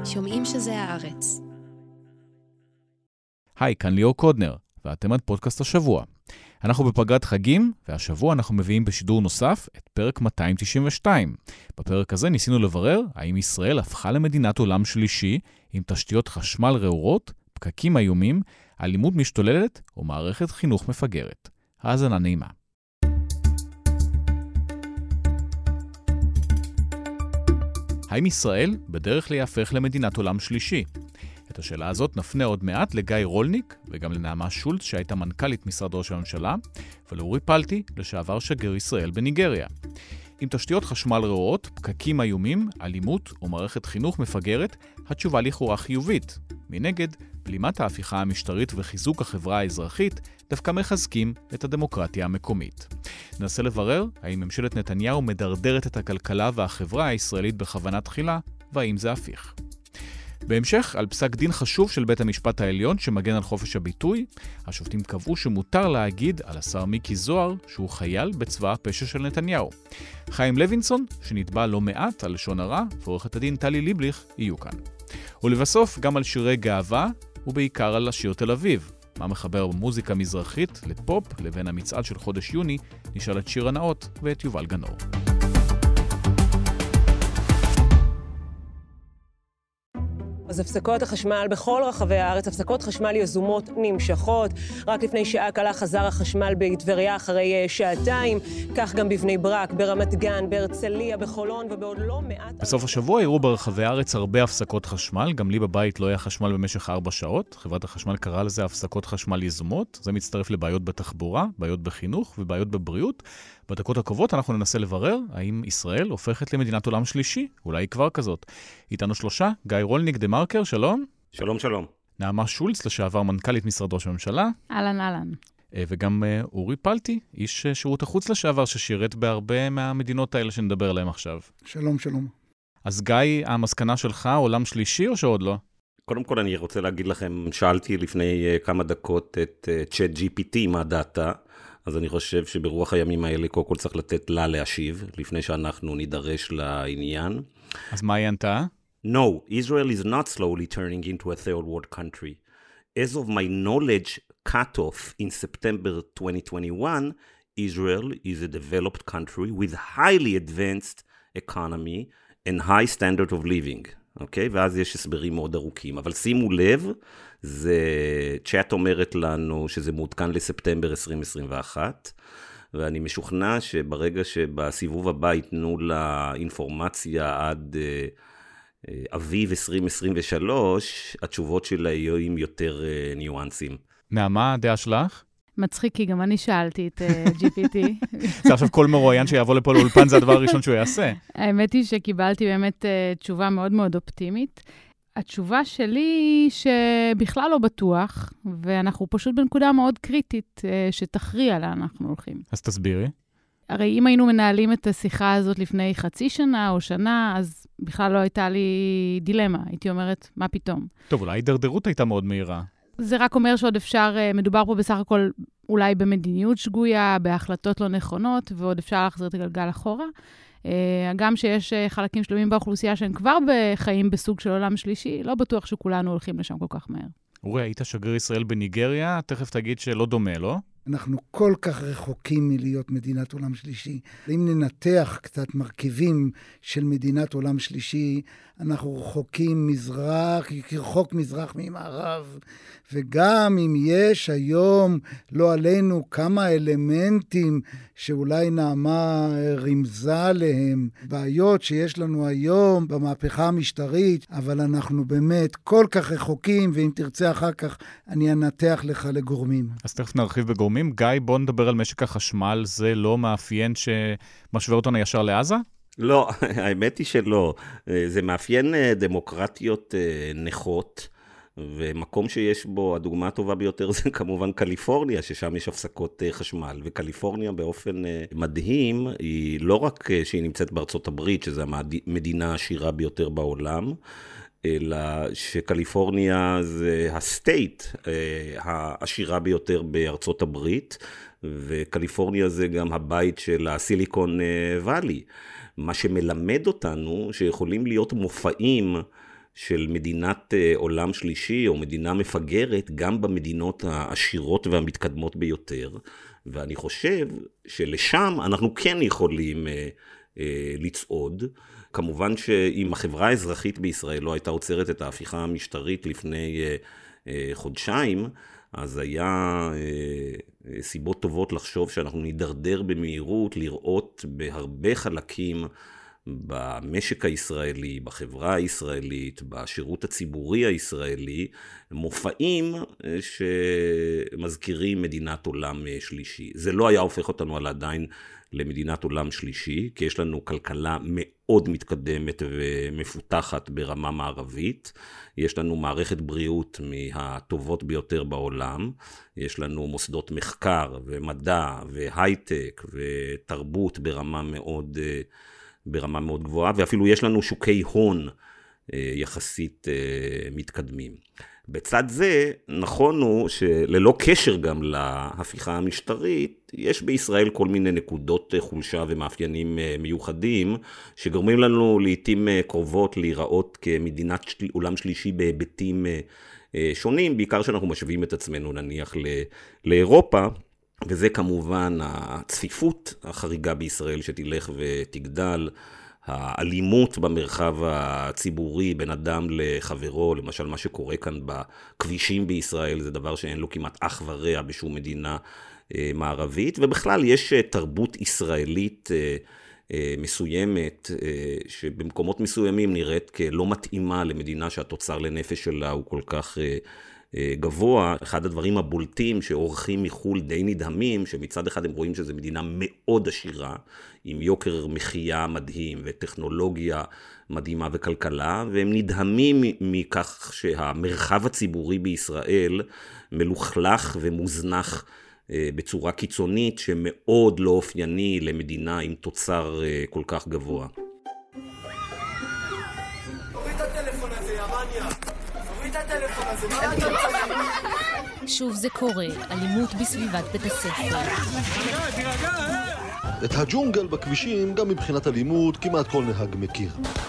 שומעים שזה הארץ. היי, כאן ליאור קודנר, ואתם על פודקאסט השבוע. אנחנו בפגרת חגים, והשבוע אנחנו מביאים בשידור נוסף את פרק 292. בפרק הזה ניסינו לברר האם ישראל הפכה למדינת עולם שלישי עם תשתיות חשמל רעועות, פקקים איומים, אלימות משתוללת ומערכת חינוך מפגרת. האזנה נעימה. האם ישראל בדרך להיהפך למדינת עולם שלישי? את השאלה הזאת נפנה עוד מעט לגיא רולניק וגם לנעמה שולץ שהייתה מנכ"לית משרד ראש הממשלה, ולאורי פלטי לשעבר שגריר ישראל בניגריה. עם תשתיות חשמל רעועות, פקקים איומים, אלימות ומערכת חינוך מפגרת, התשובה לכאורה חיובית. מנגד, בלימת ההפיכה המשטרית וחיזוק החברה האזרחית דווקא מחזקים את הדמוקרטיה המקומית. ננסה לברר האם ממשלת נתניהו מדרדרת את הכלכלה והחברה הישראלית בכוונה תחילה, והאם זה הפיך. בהמשך, על פסק דין חשוב של בית המשפט העליון שמגן על חופש הביטוי, השופטים קבעו שמותר להגיד על השר מיקי זוהר שהוא חייל בצבא הפשע של נתניהו. חיים לוינסון, שנתבע לא מעט על לשון הרע, ועורכת הדין טלי ליבליך יהיו כאן. ולבסוף, גם על שירי גאווה, ובעיקר על השיר תל אביב. מה מחבר מוזיקה מזרחית לפופ לבין המצעד של חודש יוני, נשאל את שיר הנאות ואת יובל גנור. אז הפסקות החשמל בכל רחבי הארץ, הפסקות חשמל יזומות נמשכות. רק לפני שעה קלה חזר החשמל בטבריה אחרי שעתיים, כך גם בבני ברק, ברמת גן, בהרצליה, בחולון ובעוד לא מעט... בסוף השבוע הראו ברחבי הארץ הרבה הפסקות חשמל, גם לי בבית לא היה חשמל במשך 4 שעות. חברת החשמל קראה לזה הפסקות חשמל יזומות, זה מצטרף לבעיות בתחבורה, בעיות בחינוך ובעיות בבריאות. בדקות הקרובות אנחנו ננסה לברר האם ישראל הופכת למדינת עולם שלישי, אולי היא כבר כזאת. איתנו 3, גיא רולניק דה מרקר, שלום. שלום, שלום. נעמה שולץ, לשעבר מנכ"לית משרד ראש הממשלה. אהלן, אהלן. וגם אורי פלטי, איש שירות החוץ לשעבר ששירת בהרבה מהמדינות האלה שנדבר עליהם עכשיו. שלום, שלום. אז גיא, המסקנה שלך, עולם שלישי או שעוד לא? קודם כל אני רוצה להגיד לכם, שאלתי לפני כמה דקות את ChatGPT מה דעתה, אז אני חושב שברוח הימים האלה קודם כל צריך לתת לה להשיב, לפני שאנחנו נידרש לעניין. אז מה היא ענתה? No, Israel is not slowly turning into a third world country. As of my knowledge cutoff in September 2021, Israel is a developed country with highly advanced economy and high standard of living. אוקיי? ואז יש הסברים מאוד ארוכים. אבל שימו לב, צ'אט אומרת לנו שזה מעודכן לספטמבר 2021, ואני משוכנע שברגע שבסיבוב הבא ייתנו לה אינפורמציה עד אביב 2023, התשובות שלה יהיו עם יותר ניואנסים. נעמה, הדעה שלך? מצחיק, כי גם אני שאלתי את GPT. זה עכשיו כל מרואיין שיבוא לפה לאולפן, זה הדבר הראשון שהוא יעשה. האמת היא שקיבלתי באמת תשובה מאוד מאוד אופטימית. התשובה שלי היא שבכלל לא בטוח, ואנחנו פשוט בנקודה מאוד קריטית שתכריע לאן אנחנו הולכים. אז תסבירי. הרי אם היינו מנהלים את השיחה הזאת לפני חצי שנה או שנה, אז בכלל לא הייתה לי דילמה. הייתי אומרת, מה פתאום? טוב, אולי הידרדרות הייתה מאוד מהירה. זה רק אומר שעוד אפשר, מדובר פה בסך הכל אולי במדיניות שגויה, בהחלטות לא נכונות, ועוד אפשר להחזיר את הגלגל אחורה. גם שיש חלקים שלמים באוכלוסייה שהם כבר בחיים בסוג של עולם שלישי, לא בטוח שכולנו הולכים לשם כל כך מהר. אורי, היית שגריר ישראל בניגריה, תכף תגיד שלא דומה, לא? אנחנו כל כך רחוקים מלהיות מדינת עולם שלישי. אם ננתח קצת מרכיבים של מדינת עולם שלישי, אנחנו רחוקים רחוק מזרח ממערב, וגם אם יש היום, לא עלינו, כמה אלמנטים שאולי נעמה רמזה עליהם, בעיות שיש לנו היום במהפכה המשטרית, אבל אנחנו באמת כל כך רחוקים, ואם תרצה אחר כך אני אנתח לך לגורמים. אז תכף נרחיב בגורמים. גיא, בוא נדבר על משק החשמל, זה לא מאפיין שמשווה אותנו ישר לעזה? לא, האמת היא שלא. זה מאפיין דמוקרטיות נכות, ומקום שיש בו, הדוגמה הטובה ביותר זה כמובן קליפורניה, ששם יש הפסקות חשמל, וקליפורניה באופן מדהים, היא לא רק שהיא נמצאת בארצות הברית, שזו המדינה העשירה ביותר בעולם, אלא שקליפורניה זה הסטייט העשירה ביותר בארצות הברית, וקליפורניה זה גם הבית של הסיליקון ואלי. מה שמלמד אותנו שיכולים להיות מופעים של מדינת עולם שלישי או מדינה מפגרת גם במדינות העשירות והמתקדמות ביותר. ואני חושב שלשם אנחנו כן יכולים לצעוד. כמובן שאם החברה האזרחית בישראל לא הייתה עוצרת את ההפיכה המשטרית לפני חודשיים, אז היה סיבות טובות לחשוב שאנחנו נידרדר במהירות, לראות בהרבה חלקים במשק הישראלי, בחברה הישראלית, בשירות הציבורי הישראלי, מופעים שמזכירים מדינת עולם שלישי. זה לא היה הופך אותנו על עדיין למדינת עולם שלישי, כי יש לנו כלכלה מאוד מתקדמת ומפותחת ברמה מערבית. יש לנו מערכת בריאות מהטובות ביותר בעולם. יש לנו מוסדות מחקר ומדע והייטק ותרבות ברמה מאוד גבוהה, ואפילו יש לנו שוקי הון יחסית מתקדמים. בצד זה, נכון הוא שללא קשר גם להפיכה המשטרית, יש בישראל כל מיני נקודות חולשה ומאפיינים מיוחדים, שגורמים לנו לעתים קרובות להיראות כמדינת עולם שלישי בהיבטים שונים, בעיקר שאנחנו משווים את עצמנו נניח לאירופה, וזה כמובן הצפיפות החריגה בישראל שתלך ותגדל, האלימות במרחב הציבורי בין אדם לחברו, למשל מה שקורה כאן בכבישים בישראל, זה דבר שאין לו כמעט אח ורע בשום מדינה מערבית, ובכלל יש תרבות ישראלית מסוימת, שבמקומות מסוימים נראית כלא מתאימה למדינה שהתוצר לנפש שלה הוא כל כך גבוה. אחד הדברים הבולטים שעורכים מחול די נדהמים, שמצד אחד הם רואים שזו מדינה מאוד עשירה, עם יוקר מחיה מדהים וטכנולוגיה מדהימה וכלכלה, והם נדהמים מכך שהמרחב הציבורי בישראל מלוכלך ומוזנח בצורה קיצונית, שמאוד לא אופייני למדינה עם תוצר כל כך גבוה. שוב זה קורה, אלימות בסביבת בית הספר. את הג'ונגל בכבישים, גם מבחינת אלימות, כמעט כל נהג מכיר.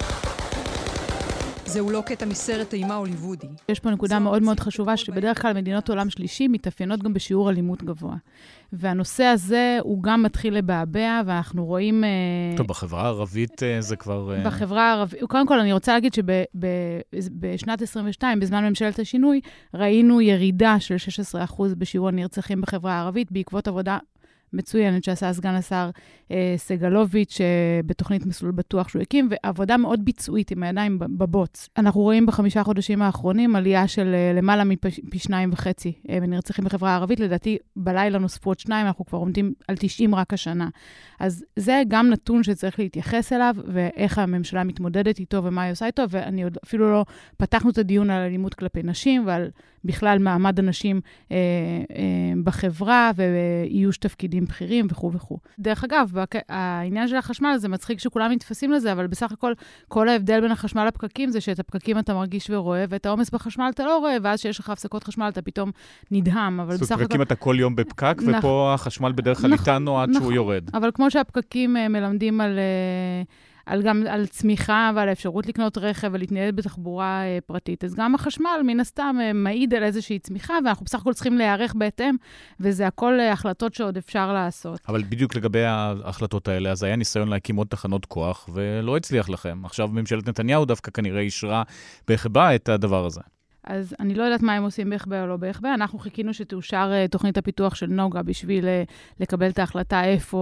זהו לא קטע מסרט אימה הוליוודי. יש פה נקודה מאוד מאוד חשובה, שבדרך כלל מדינות עולם שלישי מתאפיינות גם בשיעור אלימות גבוה. והנושא הזה הוא גם מתחיל לבעבע, ואנחנו רואים... טוב, בחברה הערבית זה כבר... בחברה הערבית... קודם כל, אני רוצה להגיד שבשנת 22, בזמן ממשלת השינוי, ראינו ירידה של 16% בשיעור הנרצחים בחברה הערבית, בעקבות עבודה מצוינת שעשה סגן השר סגלוביץ' בתוכנית מסלול בטוח שהוא הקים, ועבודה מאוד ביצועית עם הידיים בבוץ. אנחנו רואים ב5 חודשים האחרונים עלייה של למעלה מפי 2.5 בנרצחים בחברה הערבית. לדעתי בלילה נוספו עוד 2, אנחנו כבר עומדים על 90 רק השנה. אז זה גם נתון שצריך להתייחס אליו, ואיך הממשלה מתמודדת איתו ומה היא עושה איתו, ואני עוד אפילו לא פתחנו את הדיון על אלימות כלפי נשים, ועל בכלל מעמד הנשים בחברה, ואיוש תפקידים בכירים וכו' וכו'. דרך אגב, העניין של החשמל זה מצחיק שכולם מתפסים לזה, אבל בסך הכל, כל ההבדל בין החשמל לפקקים זה שאת הפקקים אתה מרגיש ורואה, ואת העומס בחשמל אתה לא רואה, ואז שיש לך הפסקות חשמל אתה פתאום נדהם, אבל בסך הכל... פקקים אתה כל יום בפקק, ופה החשמל בדרך כלל איתנו עד שהוא יורד. אבל כמו שהפקקים מלמדים גם על צמיחה ועל האפשרות לקנות רכב ולהתנהל בתחבורה פרטית. אז גם החשמל, מן הסתם, מעיד על איזושהי צמיחה, ואנחנו בסך הכל צריכים להיערך בהתאם, וזה הכל החלטות שעוד אפשר לעשות. אבל בדיוק לגבי ההחלטות האלה, אז היה ניסיון להקים עוד תחנות כוח, ולא הצליח לכם. עכשיו ממשלת נתניהו דווקא כנראה אישרה בהחבא את הדבר הזה. אז אני לא יודעת מה הם עושים בהחבא או לא בהחבא. אנחנו חיכינו שתאושר תוכנית הפיתוח של נוגה בשביל לקבל את ההחלטה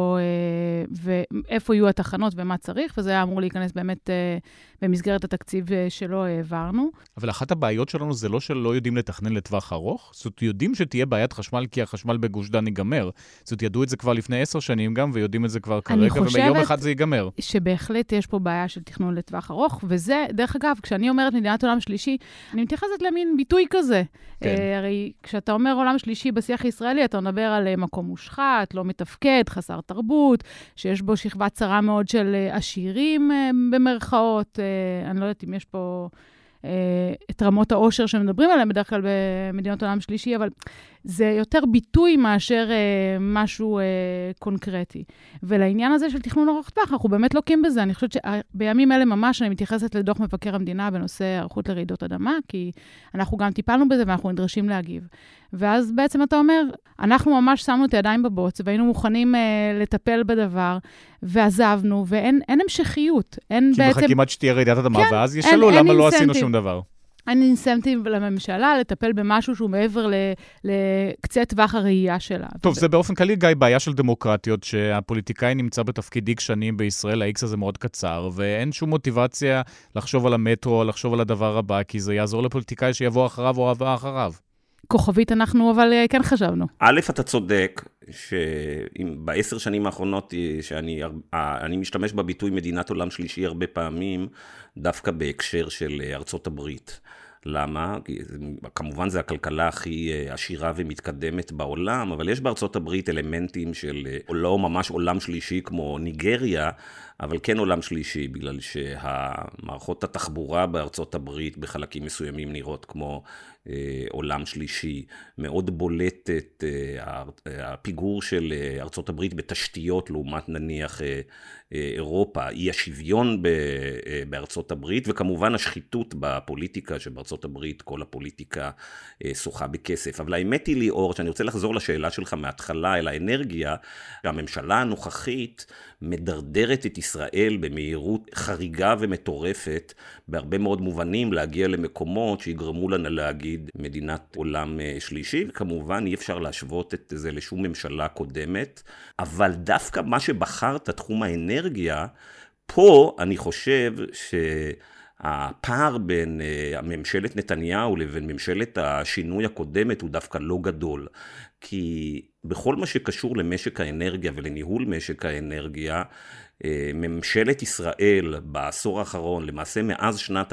איפה יהיו התחנות ומה צריך, וזה היה אמור להיכנס באמת במסגרת התקציב שלא העברנו. אבל אחת הבעיות שלנו זה לא שלא יודעים לתכנן לטווח ארוך, זאת יודעים שתהיה בעיית חשמל כי החשמל בגוש דן ייגמר. זאת ידעו את זה כבר לפני 10 שנים גם, ויודעים את זה כבר כרגע, וביום אחד זה ייגמר. שבהחלט יש פה בעיה של תכנון לטווח ארוך, וזה, דרך אגב, כשאני אומרת מדינת עולם שלישי, אני מתייחסת למין ביטוי כזה. כן. הרי כשאתה אומר עולם שלישי בשיח הישראלי, אתה מדבר על מקום מושחת, לא מתפקד, חסר תרבות, שיש בו שכבה צרה מאוד של עשירים במרכאות. אני לא יודעת אם יש פה את רמות העושר שמדברים עליהם בדרך כלל במדינות עולם שלישי, אבל זה יותר ביטוי מאשר משהו קונקרטי. ולעניין הזה של תכנון ארוך טווח, אנחנו באמת לוקים בזה. אני חושבת שבימים אלה ממש אני מתייחסת לדוח מבקר המדינה בנושא ערכות לרעידות אדמה, כי אנחנו גם טיפלנו בזה ואנחנו נדרשים להגיב. ואז בעצם אתה אומר, אנחנו ממש שמנו את הידיים בבוץ, והיינו מוכנים לטפל בדבר, ועזבנו, ואין המשכיות. כי מחכים עד שתהיה רעידת אדמה, ואז ישאלו למה לא עשינו שום דבר. אין אינסנטיב לממשלה לטפל במשהו שהוא מעבר לקצה טווח הראייה שלה. טוב, זה באופן כללי, גיא, בעיה של דמוקרטיות, שהפוליטיקאי נמצא בתפקיד X שנים בישראל, ה-X הזה מאוד קצר, ואין שום מוטיבציה לחשוב על המטרו, לחשוב על הדבר הבא, כי זה יעזור לפוליטיקאי שיבוא אחריו או הבא אחריו. כוכבית אנחנו, אבל כן חשבנו. א', אתה צודק, שב10 שנים האחרונות, שאני משתמש בביטוי מדינת עולם שלישי הרבה פעמים, דווקא בהקשר של ארצות הברית. למה? כמובן זה הכלכלה הכי עשירה ומתקדמת בעולם, אבל יש בארצות הברית אלמנטים של לא ממש עולם שלישי כמו ניגריה, אבל כן עולם שלישי, בגלל שהמערכות התחבורה בארצות הברית בחלקים מסוימים נראות כמו עולם שלישי. מאוד בולטת הפיגור של ארצות הברית בתשתיות לעומת נניח אירופה, אי השוויון בארצות הברית, וכמובן השחיתות בפוליטיקה שבארצות הברית כל הפוליטיקה שוחה בכסף. אבל האמת היא ליאור, שאני רוצה לחזור לשאלה שלך מההתחלה אל האנרגיה, הממשלה הנוכחית מדרדרת את ישראל במהירות חריגה ומטורפת, בהרבה מאוד מובנים להגיע למקומות שיגרמו לנו להגיד מדינת עולם שלישי, וכמובן אי אפשר להשוות את זה לשום ממשלה קודמת, אבל דווקא מה שבחרת, תחום האנרגיה, פה אני חושב שהפער בין ממשלת נתניהו לבין ממשלת השינוי הקודמת הוא דווקא לא גדול, כי בכל מה שקשור למשק האנרגיה ולניהול משק האנרגיה, ממשלת ישראל בעשור האחרון, למעשה מאז שנת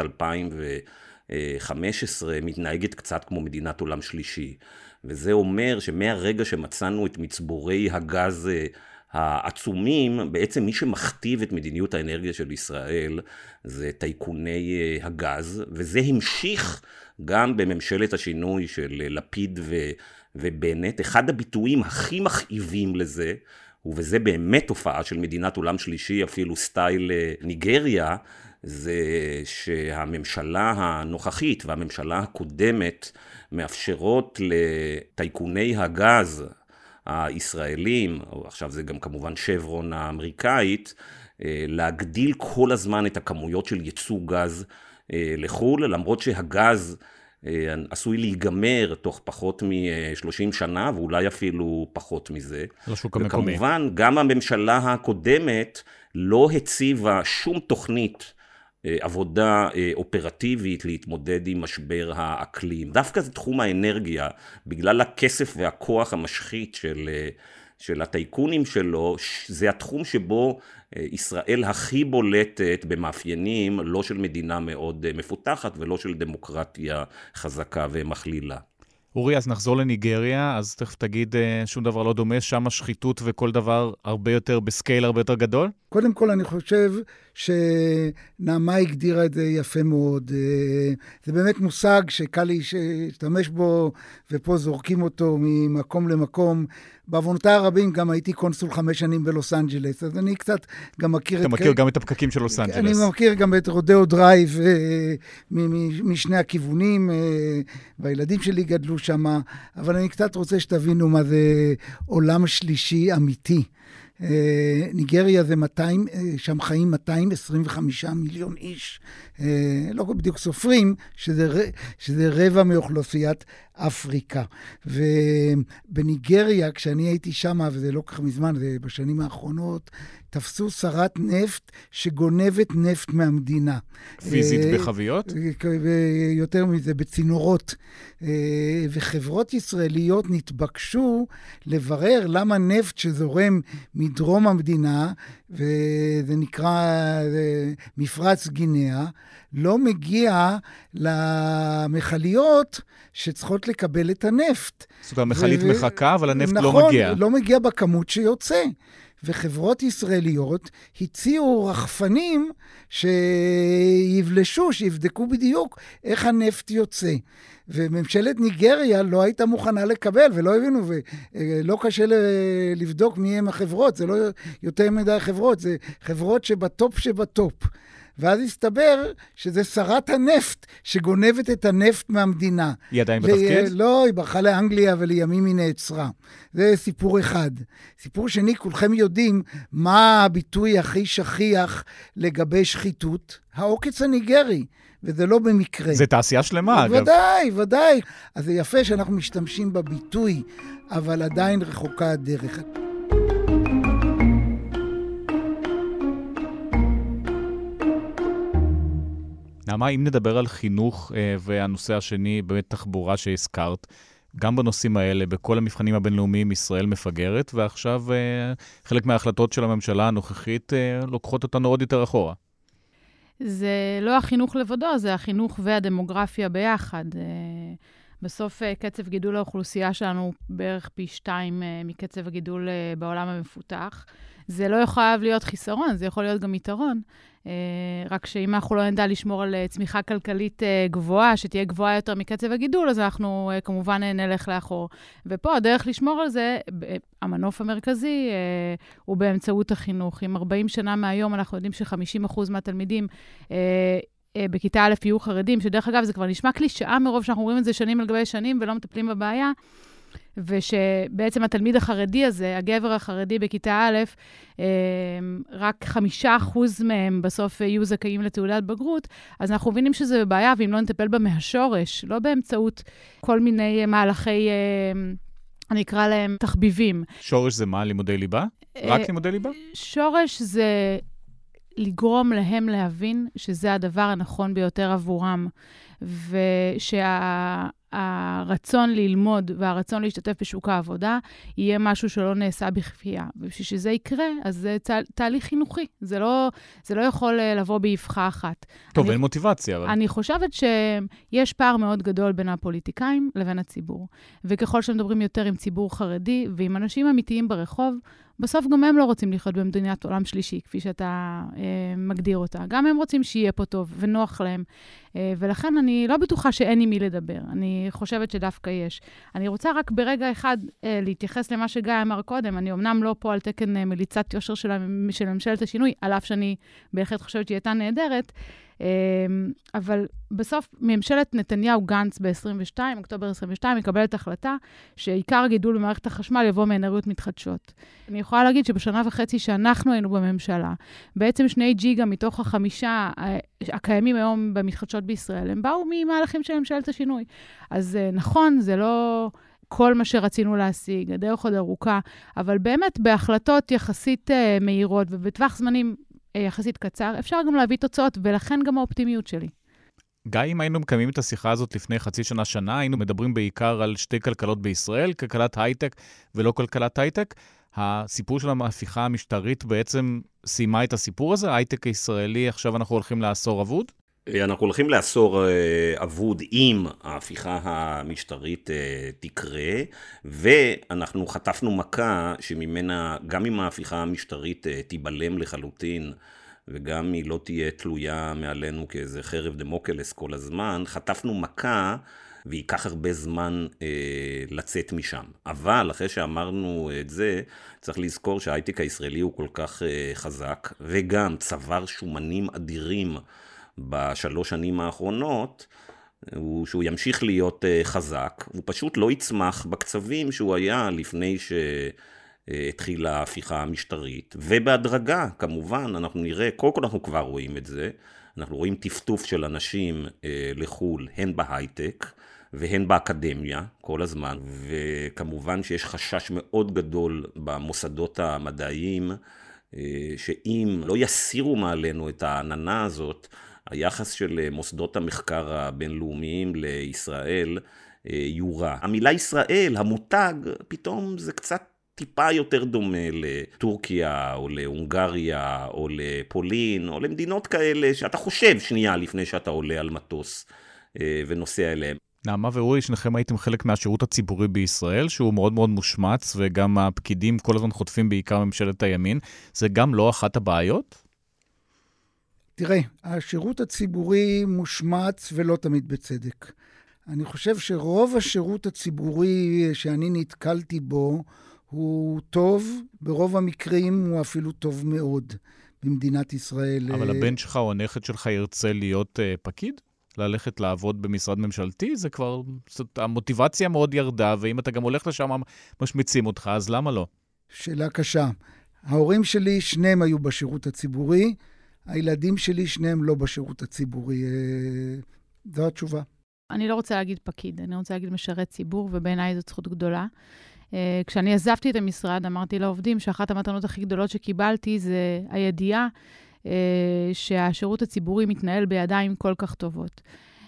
2015, מתנהגת קצת כמו מדינת עולם שלישי. וזה אומר שמהרגע שמצאנו את מצבורי הגז העצומים, בעצם מי שמכתיב את מדיניות האנרגיה של ישראל זה טייקוני הגז, וזה המשיך גם בממשלת השינוי של לפיד ובנט. אחד הביטויים הכי מכאיבים לזה, ובזה באמת תופעה של מדינת עולם שלישי, אפילו סטייל ניגריה, זה שהממשלה הנוכחית והממשלה הקודמת מאפשרות לטייקוני הגז הישראלים, או עכשיו זה גם כמובן שברון האמריקאית, להגדיל כל הזמן את הכמויות של ייצוא גז לחו"ל, למרות שהגז עשוי להיגמר תוך פחות מ-30 שנה, ואולי אפילו פחות מזה. לשוק המקומי. וכמובן, גם הממשלה הקודמת לא הציבה שום תוכנית עבודה אופרטיבית להתמודד עם משבר האקלים. דווקא זה תחום האנרגיה, בגלל הכסף והכוח המשחית של הטייקונים שלו, זה התחום שבו ישראל הכי בולטת במאפיינים, לא של מדינה מאוד מפותחת ולא של דמוקרטיה חזקה ומכלילה. אורי, אז נחזור לניגריה, אז תכף תגיד שום דבר לא דומה, שם השחיתות וכל דבר הרבה יותר בסקייל הרבה יותר גדול? קודם כל אני חושב שנעמה הגדירה את זה יפה מאוד. זה באמת מושג שקל להשתמש בו, ופה זורקים אותו ממקום למקום. בעוונותיי הרבים גם הייתי קונסול 5 שנים בלוס אנג'לס, אז אני קצת גם מכיר אתה מכיר גם את הפקקים של לוס אנג'לס. אני מכיר גם את רודאו דרייב משני הכיוונים, והילדים שלי גדלו שם, אבל אני קצת רוצה שתבינו מה זה עולם שלישי אמיתי. ניגריה זה 200, שם חיים 225 מיליון איש, לא בדיוק סופרים, שזה רבע מאוכלוסיית אפריקה. ובניגריה, כשאני הייתי שם, וזה לא כך מזמן, זה בשנים האחרונות, תפסו שרת נפט שגונבת נפט מהמדינה. פיזית בחביות? יותר מזה, בצינורות. וחברות ישראליות נתבקשו לברר למה נפט שזורם מדרום המדינה, וזה נקרא מפרץ גינאה, לא מגיע למחליות שצריכות לקבל את הנפט. זאת אומרת, המחלית מחכה, אבל הנפט לא מגיע. נכון, לא מגיע בכמות שיוצא. וחברות ישראליות הציעו רחפנים שיבלשו, שיבדקו בדיוק איך הנפט יוצא. וממשלת ניגריה לא הייתה מוכנה לקבל, ולא הבינו, ולא קשה לבדוק מי הם החברות, זה לא יותר מדי חברות, זה חברות שבטופ שבטופ. ואז הסתבר שזה שרת הנפט שגונבת את הנפט מהמדינה. היא עדיין בתפקיד? לא, היא ברחה לאנגליה ולימים היא נעצרה. זה סיפור אחד. סיפור שני, כולכם יודעים מה הביטוי הכי שכיח לגבי שחיתות? העוקץ הניגרי. וזה לא במקרה. זה תעשייה שלמה, אגב. ודאי, ודאי. אז זה יפה שאנחנו משתמשים בביטוי, אבל עדיין רחוקה הדרך. נעמה, אם נדבר על חינוך והנושא השני, באמת תחבורה שהזכרת, גם בנושאים האלה, בכל המבחנים הבינלאומיים, ישראל מפגרת, ועכשיו חלק מההחלטות של הממשלה הנוכחית לוקחות אותנו עוד יותר אחורה. זה לא החינוך לבדו, זה החינוך והדמוגרפיה ביחד. בסוף קצב גידול האוכלוסייה שלנו בערך פי 2 מקצב הגידול בעולם המפותח. זה לא חייב להיות חיסרון, זה יכול להיות גם יתרון. רק שאם אנחנו לא נדע לשמור על צמיחה כלכלית גבוהה, שתהיה גבוהה יותר מקצב הגידול, אז אנחנו כמובן נלך לאחור. ופה הדרך לשמור על זה, המנוף המרכזי הוא באמצעות החינוך. עם 40 שנה מהיום אנחנו יודעים ש50% מהתלמידים בכיתה א' יהיו חרדים, שדרך אגב זה כבר נשמע קלישאה מרוב שאנחנו רואים את זה שנים על גבי שנים ולא מטפלים בבעיה, ושבעצם התלמיד החרדי הזה, הגבר החרדי בכיתה א', רק 5% מהם בסוף יהיו זכאים לתעודת בגרות, אז אנחנו מבינים שזה בעיה, ואם לא נטפל בה מהשורש, לא באמצעות כל מיני מהלכי, אני אקרא להם תחביבים. שורש זה מה? לימודי ליבה? רק לימודי ליבה? שורש זה לגרום להם להבין שזה הדבר הנכון ביותר עבורם, הרצון ללמוד והרצון להשתתף בשוק העבודה יהיה משהו שלא נעשה בכפייה. ובשביל שזה יקרה, אז זה תהליך חינוכי. זה לא יכול לבוא באבחה אחת. טוב, אין מוטיבציה. אבל... אני חושבת שיש פער מאוד גדול בין הפוליטיקאים לבין הציבור. וככל שמדברים יותר עם ציבור חרדי ועם אנשים אמיתיים ברחוב, בסוף גם הם לא רוצים לחיות במדינת עולם שלישי, כפי שאתה מגדיר אותה. גם הם רוצים שיהיה פה טוב ונוח להם. ולכן אני לא בטוחה שאין עם מי לדבר. אני חושבת שדווקא יש. אני רוצה רק ברגע אחד להתייחס למה שגיא אמר קודם. אני אמנם לא פה על תקן מליצת יושר של ממשלת השינוי, על אף שאני בהחלט חושבת שהיא הייתה נהדרת, אבל בסוף ממשלת נתניהו גנץ ב-22, אוקטובר 22, מקבלת החלטה שעיקר הגידול במערכת החשמל יבוא מאנרגיות מתחדשות. אני יכולה להגיד שבשנה וחצי שאנחנו היינו בממשלה, בעצם 2 ג'יגה מתוך 5 הקיימים היום במתחדשות בישראל, הם באו ממהלכים של ממשלת השינוי. אז נכון, זה לא כל מה שרצינו להשיג, הדרך עוד ארוכה, אבל באמת בהחלטות יחסית מהירות ובטווח זמנים יחסית קצר, אפשר גם להביא תוצאות, ולכן גם האופטימיות שלי. גיא, אם היינו מקיימים את השיחה הזאת לפני חצי שנה, היינו מדברים בעיקר על 2 כלכלות בישראל, כלכלת הייטק ולא כלכלת הייטק. הסיפור של ההפיכה המשטרית בעצם סיימה את הסיפור הזה, ההייטק הישראלי, עכשיו אנחנו הולכים לעשור אבוד? אנחנו הולכים לעשור אבוד אם ההפיכה המשטרית תקרה, ואנחנו חטפנו מכה שממנה, גם אם ההפיכה המשטרית תיבלם לחלוטין, וגם היא לא תהיה תלויה מעלינו כאיזה חרב דמוקלס כל הזמן, חטפנו מכה וייקח הרבה זמן לצאת משם. אבל אחרי שאמרנו את זה, צריך לזכור שההייטק הישראלי הוא כל כך חזק, וגם צבר שומנים אדירים ב3 שנים האחרונות, שהוא ימשיך להיות חזק, הוא פשוט לא יצמח בקצבים שהוא היה לפני שהתחילה ההפיכה המשטרית, ובהדרגה כמובן אנחנו נראה, קודם כל אנחנו כבר רואים את זה, אנחנו רואים טפטוף של אנשים לחול, הן בהייטק והן באקדמיה כל הזמן, וכמובן שיש חשש מאוד גדול במוסדות המדעיים, שאם לא יסירו מעלינו את העננה הזאת, היחס של מוסדות המחקר הבינלאומיים לישראל יורע. המילה ישראל, המותג, פתאום זה קצת טיפה יותר דומה לטורקיה או להונגריה או לפולין או למדינות כאלה שאתה חושב שנייה לפני שאתה עולה על מטוס ונוסע אליהם. נעמה ואורי, שניכם הייתם חלק מהשירות הציבורי בישראל, שהוא מאוד מאוד מושמץ, וגם הפקידים כל הזמן חוטפים בעיקר ממשלת הימין. זה גם לא אחת הבעיות? תראה, השירות הציבורי מושמץ ולא תמיד בצדק. אני חושב שרוב השירות הציבורי שאני נתקלתי בו הוא טוב, ברוב המקרים הוא אפילו טוב מאוד במדינת ישראל. אבל הבן שלך או הנכד שלך ירצה להיות פקיד? ללכת לעבוד במשרד ממשלתי? זה כבר, המוטיבציה מאוד ירדה, ואם אתה גם הולך לשם משמיצים אותך, אז למה לא? שאלה קשה. ההורים שלי, שניהם היו בשירות הציבורי, הילדים שלי, שניהם לא בשירות הציבורי. זו התשובה. אני לא רוצה להגיד פקיד, אני רוצה להגיד משרת ציבור, ובעיניי זאת זכות גדולה. כשאני עזבתי את המשרד, אמרתי לעובדים שאחת המתנות הכי גדולות שקיבלתי זה הידיעה שהשירות הציבורי מתנהל בידיים כל כך טובות.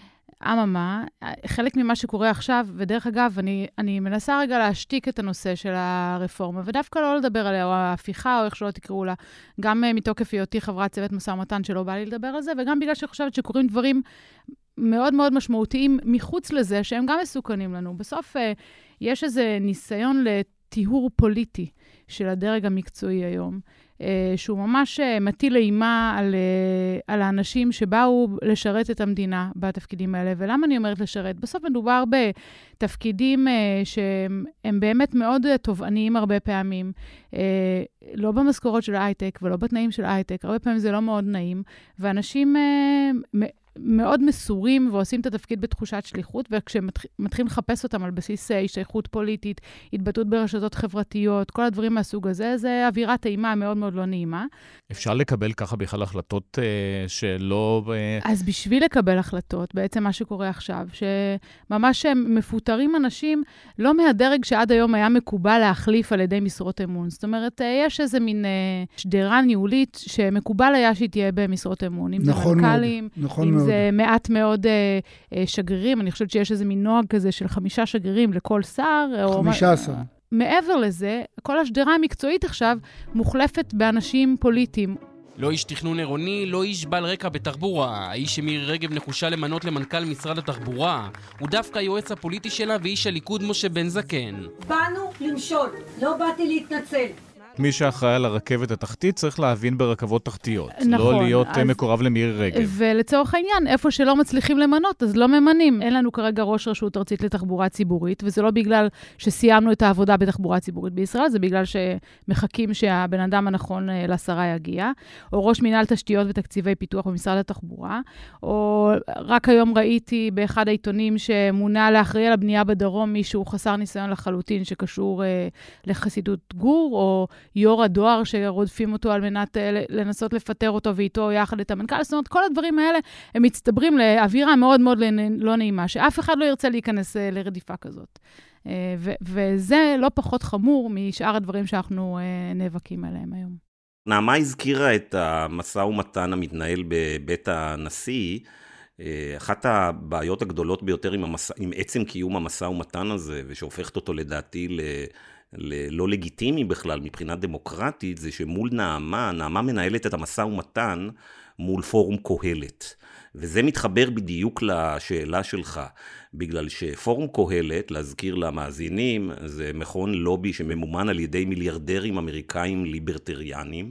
אממה, חלק ממה שקורה עכשיו, ודרך אגב, אני מנסה רגע להשתיק את הנושא של הרפורמה, ודווקא לא לדבר עליה, או ההפיכה, או איך שלא תקראו לה, גם מתוקף היותי חברת צוות משא ומתן שלא בא לי לדבר על זה, וגם בגלל שחושבת שקורים דברים מאוד מאוד משמעותיים מחוץ לזה, שהם גם מסוכנים לנו. בסוף יש איזה ניסיון לטיהור פוליטי של הדרג המקצועי היום, שהוא ממש מטיל אימה על האנשים שבאו לשרת את המדינה בתפקידים האלה. ולמה אני אומרת לשרת? בסוף מדובר בתפקידים שהם באמת מאוד תובעניים הרבה פעמים, לא במשכורות של ההייטק ולא בתנאים של ההייטק, הרבה פעמים זה לא מאוד נעים, ואנשים מאוד מסורים ועושים את התפקיד בתחושת שליחות, וכשמתחילים לחפש אותם על בסיס השתייכות פוליטית, התבטאות ברשתות חברתיות, כל הדברים מהסוג הזה, זה אווירת אימה מאוד מאוד לא נעימה. אפשר לקבל ככה בכלל החלטות שלא... אז בשביל לקבל החלטות, בעצם מה שקורה עכשיו, שממש מפוטרים אנשים, לא מהדרג שעד היום היה מקובל להחליף על ידי משרות אמון. זאת אומרת, יש איזה מין שדרה ניהולית שמקובל היה שהיא תהיה במשרות אמון. אם נכון זה מנכ"לים, נכון אם מאוד. זה מעט מאוד שגרירים, אני חושבת שיש איזה מין נוהג כזה של 5 שגרירים לכל שר. 15. מעבר לזה, כל השדרה המקצועית עכשיו מוחלפת באנשים פוליטיים. לא איש תכנון עירוני, לא איש בעל רקע בתחבורה. האיש שמירי רגב נחושה למנות למנכ"ל משרד התחבורה. הוא דווקא היועץ הפוליטי שלה ואיש הליכוד משה בן זקן. באנו למשול, לא באתי להתנצל. מי שאחראי על הרכבת התחתית צריך להבין ברכבות תחתיות. נכון, לא להיות אז... מקורב למירי רגב. ולצורך העניין, איפה שלא מצליחים למנות, אז לא ממנים. אין לנו כרגע ראש רשות ארצית לתחבורה ציבורית, וזה לא בגלל שסיימנו את העבודה בתחבורה ציבורית בישראל, זה בגלל שמחכים שהבן אדם הנכון לשרה יגיע, או ראש מנהל תשתיות ותקציבי פיתוח במשרד התחבורה, או רק היום ראיתי באחד העיתונים שמונה לאחראי על הבנייה בדרום מישהו חסר ניסיון לחלוטין שקשור לחסידות גור, או יו"ר הדואר שרודפים אותו על מנת לנסות לפטר אותו ואיתו יחד את המנכ"ל. זאת אומרת, כל הדברים האלה הם מצטברים לאווירה מאוד מאוד לא נעימה, שאף אחד לא ירצה להיכנס לרדיפה כזאת. וזה לא פחות חמור משאר הדברים שאנחנו נאבקים עליהם היום. נעמה הזכירה את המשא ומתן המתנהל בבית הנשיא. אחת הבעיות הגדולות ביותר עם עצם קיום המשא ומתן הזה, ושהופכת אותו לדעתי לא לגיטימי בכלל מבחינה דמוקרטית, זה שמול נעמה מנהלת את המשא ומתן מול פורום קהלת. וזה מתחבר בדיוק לשאלה שלך, בגלל שפורום קהלת, להזכיר למאזינים, זה מכון לובי שממומן על ידי מיליארדרים אמריקאים ליברטריאנים.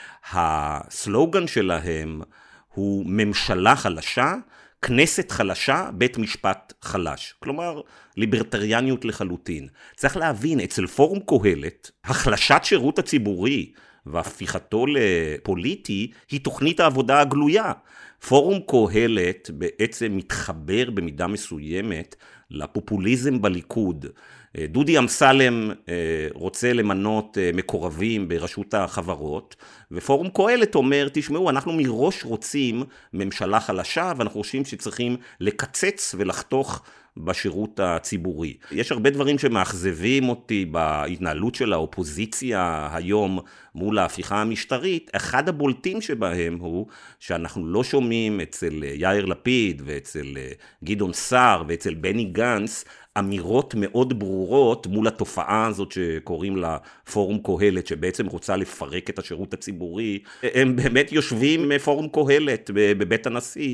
הסלוגן שלהם הוא ממשלה חלשה, כנסת חלשה, בית משפט חלש. כלומר, ליברטריאניות לחלוטין. צריך להבין, אצל פורום קהלת, החלשת שירות הציבורי והפיכתו לפוליטי היא תוכנית העבודה הגלויה. פורום קהלת בעצם מתחבר במידה מסוימת לפופוליזם בליכוד. דודי אמסלם רוצה למנות מקורבים ברשות החברות, ופורום קהלת אומר, תשמעו, אנחנו מראש רוצים ממשלה חלשה, ואנחנו חושבים שצריכים לקצץ ולחתוך בשירות הציבורי. יש הרבה דברים שמאכזבים אותי בהתנהלות של האופוזיציה היום מול ההפיכה המשטרית. אחד הבולטים שבהם הוא שאנחנו לא שומעים אצל יאיר לפיד ואצל גדעון סער ואצל בני גנץ אמירות מאוד ברורות מול התופעה הזאת שקוראים לה פורום קהלת, שבעצם רוצה לפרק את השירות הציבורי. הם באמת יושבים פורום קהלת בבית הנשיא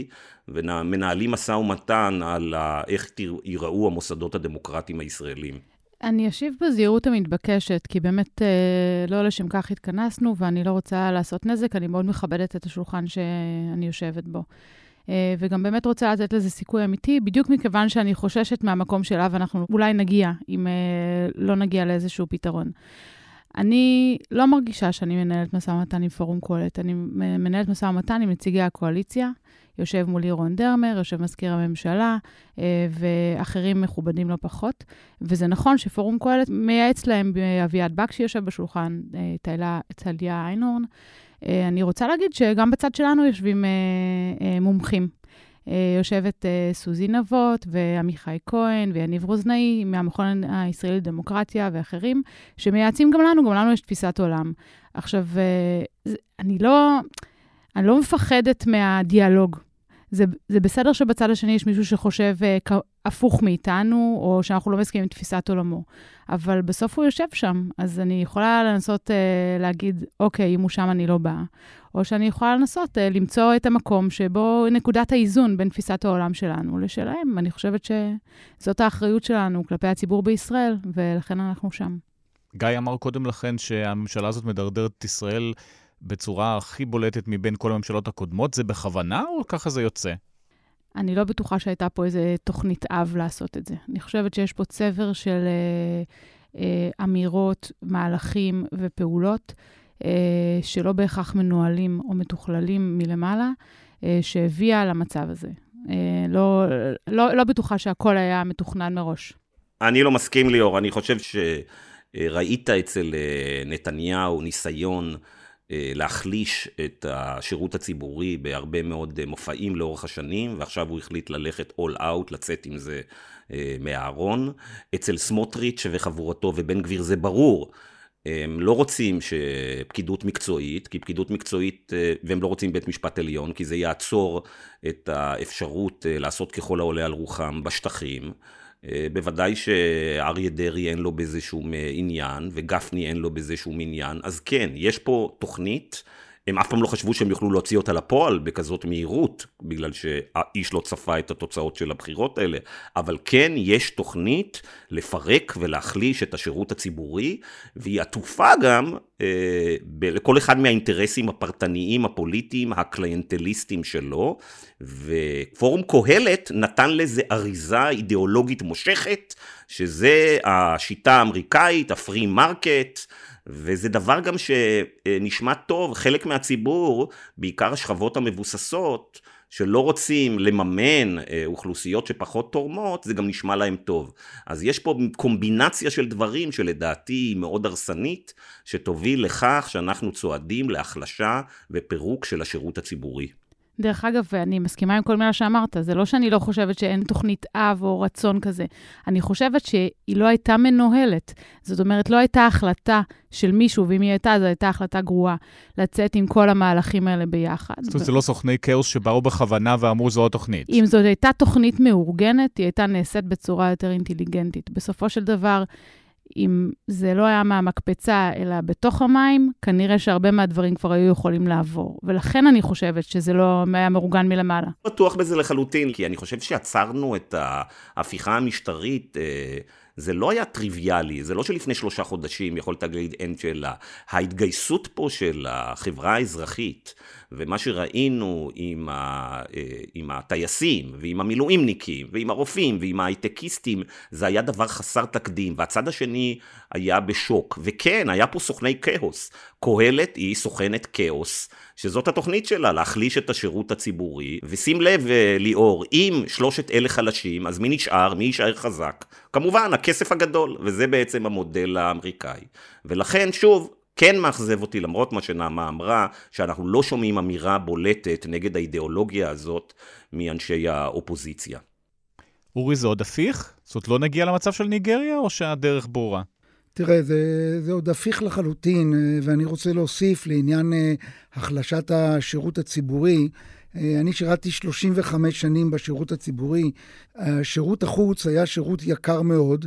ומנהלים משא ומתן על איך ייראו המוסדות הדמוקרטיים הישראלים. אני אשיב בזהירות המתבקשת, כי באמת לא לשם כך התכנסנו, ואני לא רוצה לעשות נזק, אני מאוד מכבדת את השולחן שאני יושבת בו. וגם באמת רוצה לתת לזה סיכוי אמיתי, בדיוק מכיוון שאני חוששת מהמקום שאליו אנחנו אולי נגיע, אם לא נגיע לאיזשהו פתרון. אני לא מרגישה שאני מנהלת משא ומתן עם פורום קהלת, אני מנהלת משא ומתן עם נציגי הקואליציה, יושב מולי רון דרמר, יושב מזכיר הממשלה, ואחרים מכובדים לא פחות. וזה נכון שפורום קהלת מייעץ להם באביעד בקשי יושב בשולחן, טליה איינהורן. אני רוצה להגיד שגם בצד שלנו יושבים מומחים. יושבת סוזי נבות ועמיחי כהן ויניב רוזנאי מהמכון הישראלי לדמוקרטיה ואחרים, שמייעצים גם לנו יש תפיסת עולם. עכשיו, אני לא מפחדת מהדיאלוג. זה בסדר שבצד השני יש מישהו שחושב הפוך מאיתנו, או שאנחנו לא מסכימים עם תפיסת עולמו. אבל בסוף הוא יושב שם, אז אני יכולה לנסות להגיד, אוקיי, אם הוא שם אני לא באה. או שאני יכולה לנסות למצוא את המקום שבו נקודת האיזון בין תפיסת העולם שלנו לשלהם. אני חושבת שזאת האחריות שלנו כלפי הציבור בישראל, ולכן אנחנו שם. גיא אמר קודם לכן שהממשלה הזאת מדרדרת את ישראל בצורה הכי בולטת מבין כל הממשלות הקודמות. זה בכוונה או ככה זה יוצא? אני לא בטוחה שהייתה פה איזה תוכנית אב לעשות את זה. אני חושבת שיש פה צבר של אמירות, מהלכים ופעולות שלא בהכרח מנוהלים או מתוכללים מלמעלה, שהביאה למצב הזה. לא בטוחה שהכל היה מתוכנן מראש. אני לא מסכים ליאור, אני חושב שראית אצל נתניהו ניסיון להחליש את השירות הציבורי בהרבה מאוד מופעים לאורך השנים, ועכשיו הוא החליט ללכת all out, לצאת עם זה מהארון. אצל סמוטריץ' וחבורתו ובן גביר זה ברור, הם לא רוצים שפקידות מקצועית, כי פקידות מקצועית, והם לא רוצים בית משפט עליון, כי זה יעצור את האפשרות לעשות ככל העולה על רוחם בשטחים. בוודאי שאריה דרעי אין לו בזה שום עניין, וגפני אין לו בזה שום עניין. אז כן, יש פה תוכנית, הם אף פעם לא חשבו שהם יוכלו להוציא אותה לפועל בכזאת מהירות, בגלל שהאיש לא צפה את התוצאות של הבחירות האלה. אבל כן, יש תוכנית לפרק ולהחליש את השירות הציבורי, והיא עטופה גם לכל אחד מהאינטרסים הפרטניים, הפוליטיים, הקליינטליסטיים שלו, ופורום קהלת נתן לזה אריזה אידיאולוגית מושכת, שזה השיטה האמריקאית, הפרי מרקט, וזה דבר גם שנשמע טוב, חלק מהציבור, בעיקר השכבות המבוססות, שלא רוצים לממן אוכלוסיות שפחות תורמות, זה גם נשמע להם טוב. אז יש פה קומבינציה של דברים שלדעתי היא מאוד הרסנית, שתוביל לכך שאנחנו צועדים להחלשה ופירוק של השירות הציבורי. דרך אגב, אני מסכימה עם כל מילה שאמרת, זה לא שאני לא חושבת שאין תוכנית אב או רצון כזה, אני חושבת שהיא לא הייתה מנוהלת, זאת אומרת, לא הייתה החלטה של מישהו, ואם היא הייתה, זו הייתה החלטה גרועה, לצאת עם כל המהלכים האלה ביחד. זאת אומרת, זה לא סוכני כאוס שבאו בכוונה ואמרו זו התוכנית. אם זאת הייתה תוכנית מאורגנת, היא הייתה נעשית בצורה יותר אינטליגנטית. בסופו של דבר, אם זה לא היה מהמקפצה, אלא בתוך המים, כנראה שהרבה מהדברים כבר היו יכולים לעבור. ולכן אני חושבת שזה לא היה מאורגן מלמעלה. בטוח בזה לחלוטין, כי אני חושב שעצרנו את ההפיכה המשטרית, זה לא היה טריוויאלי, זה לא שלפני 3 חודשים יכולת להגיד אין שאלה. ההתגייסות פה של החברה האזרחית, ומה שראינו עם הטייסים, ועם המילואימניקים, ועם הרופאים, ועם ההייטקיסטים, זה היה דבר חסר תקדים, והצד השני היה בשוק. וכן, היה פה סוכני כאוס. קהלת היא סוכנת כאוס, שזאת התוכנית שלה, להחליש את השירות הציבורי, ושים לב ליאור, אם 3 אלה חלשים, אז מי נשאר, מי יישאר חזק? כמובן, הכסף הגדול, וזה בעצם המודל האמריקאי. ולכן, שוב, כן מאכזב אותי, למרות מה שנעמה אמרה, שאנחנו לא שומעים אמירה בולטת נגד האידיאולוגיה הזאת מאנשי האופוזיציה. אורי, זה עוד הפיך? זאת לא נגיע למצב של ניגריה, או שהדרך ברורה? תראה, זה עוד הפיך לחלוטין, ואני רוצה להוסיף לעניין החלשת השירות הציבורי. אני שירתי 35 שנים בשירות הציבורי. שירות החוץ היה שירות יקר מאוד,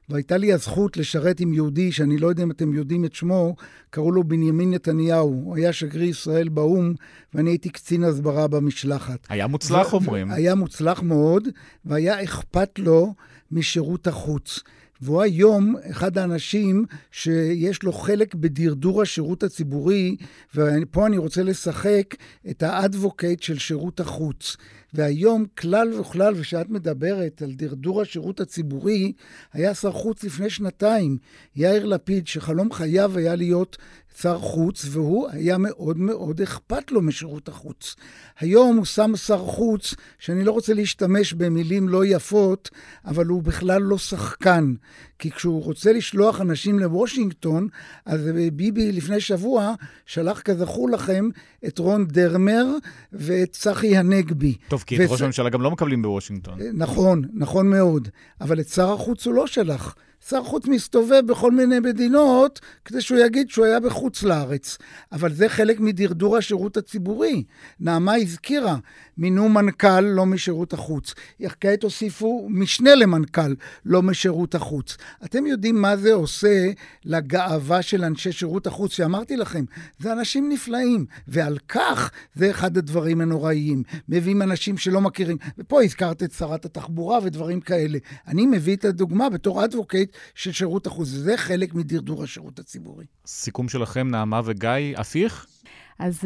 והייתה לי הזכות לשרת עם יהודי, שאני לא יודע אם אתם יודעים את שמו, קראו לו בנימין נתניהו. הוא היה שגריר ישראל באו"ם, ואני הייתי קצין הסברה במשלחת. היה מוצלח, אומרים. היה מוצלח מאוד, והיה אכפת לו משירות החוץ. והוא היום אחד האנשים שיש לו חלק בדרדור השירות הציבורי, ופה אני רוצה לשחק את האדבוקייט של שירות החוץ. והיום כלל וכלל, ושאת מדברת על דרדור השירות הציבורי, היה שר חוץ לפני שנתיים, יאיר לפיד, שחלום חייו היה להיות שר חוץ, והוא היה מאוד מאוד אכפת לו משירות החוץ. היום הוא שם שר חוץ, שאני לא רוצה להשתמש במילים לא יפות, אבל הוא בכלל לא שחקן. כי כשהוא רוצה לשלוח אנשים לוושינגטון, אז ביבי לפני שבוע שלח, כזכור לכם, את רון דרמר ואת צחי הנגבי. טוב, כי את ראש הממשלה גם לא מקבלים בוושינגטון. נכון, נכון מאוד. אבל את שר החוץ הוא לא שלח. שר חוץ מסתובב בכל מיני מדינות, כדי שהוא יגיד שהוא היה בחוץ לארץ. אבל זה חלק מדרדור השירות הציבורי. נעמה הזכירה, מינו מנכ"ל לא משירות החוץ. כעת הוסיפו משנה למנכ"ל לא משירות החוץ. אתם יודעים מה זה עושה לגאווה של אנשי שירות החוץ, שאמרתי לכם, זה אנשים נפלאים, ועל כך זה אחד הדברים הנוראיים. מביאים אנשים שלא מכירים, ופה הזכרת את שרת התחבורה ודברים כאלה. אני מביא את הדוגמה בתור אדבוקייט של שירות החוץ, וזה חלק מדרדור השירות הציבורי. סיכום שלכם, נעמה וגיא, הפיך? אז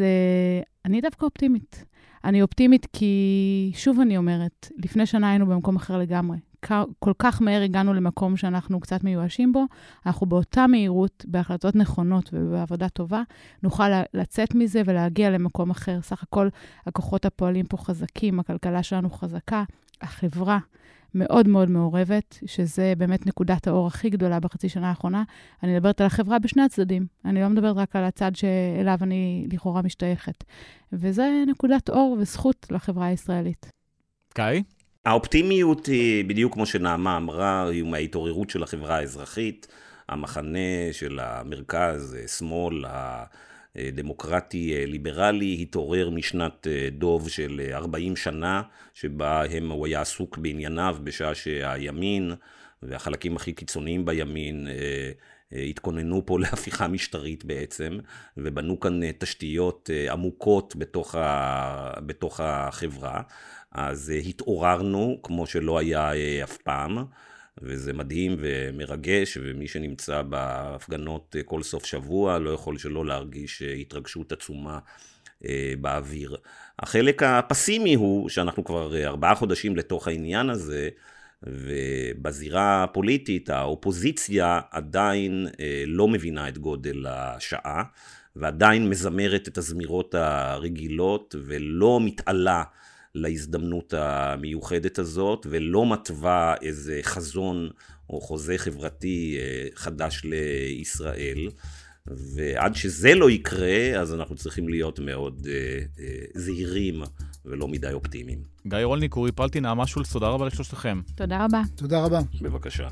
אני דווקא אופטימית. אני אופטימית כי, שוב אני אומרת, לפני שנה היינו במקום אחר לגמרי. כל כך מהר הגענו למקום שאנחנו קצת מיואשים בו, אנחנו באותה מהירות, בהחלטות נכונות ובעבודה טובה, נוכל לצאת מזה ולהגיע למקום אחר. סך הכל הכוחות הפועלים פה חזקים, הכלכלה שלנו חזקה, החברה מאוד מאוד מעורבת, שזה באמת נקודת האור הכי גדולה בחצי שנה האחרונה. אני מדברת על החברה בשני הצדדים. אני לא מדברת רק על הצד שאליו אני לכאורה משתייכת. וזה נקודת אור וזכות לחברה הישראלית. קאי? האופטימיות היא, בדיוק כמו שנעמה אמרה, היא מההתעוררות של החברה האזרחית, המחנה של המרכז, שמאל, הדמוקרטי ליברלי, התעורר משנת דוב של 40 שנה, שבה הוא היה עסוק בענייניו, בשעה שהימין והחלקים הכי קיצוניים בימין התכוננו פה להפיכה משטרית בעצם, ובנו כאן תשתיות עמוקות בתוך החברה. אז התעוררנו כמו שלא היה אף פעם, וזה מדהים ומרגש, ומי שנמצא בהפגנות כל סוף שבוע לא יכול שלא להרגיש התרגשות עצומה באוויר. החלק הפסימי הוא שאנחנו כבר 4 חודשים לתוך העניין הזה, ובזירה הפוליטית האופוזיציה עדיין לא מבינה את גודל השעה, ועדיין מזמרת את הזמירות הרגילות, ולא מתעלה להזדמנות המיוחדת הזאת, ולא מטבע איזה חזון או חוזה חברתי חדש לישראל. ועד שזה לא יקרה, אז אנחנו צריכים להיות מאוד זהירים ולא מדי אופטימיים. גיא רולניק, אורי פלטי, נעמה שולץ, תודה רבה לשלושתכם. תודה רבה. תודה רבה. בבקשה.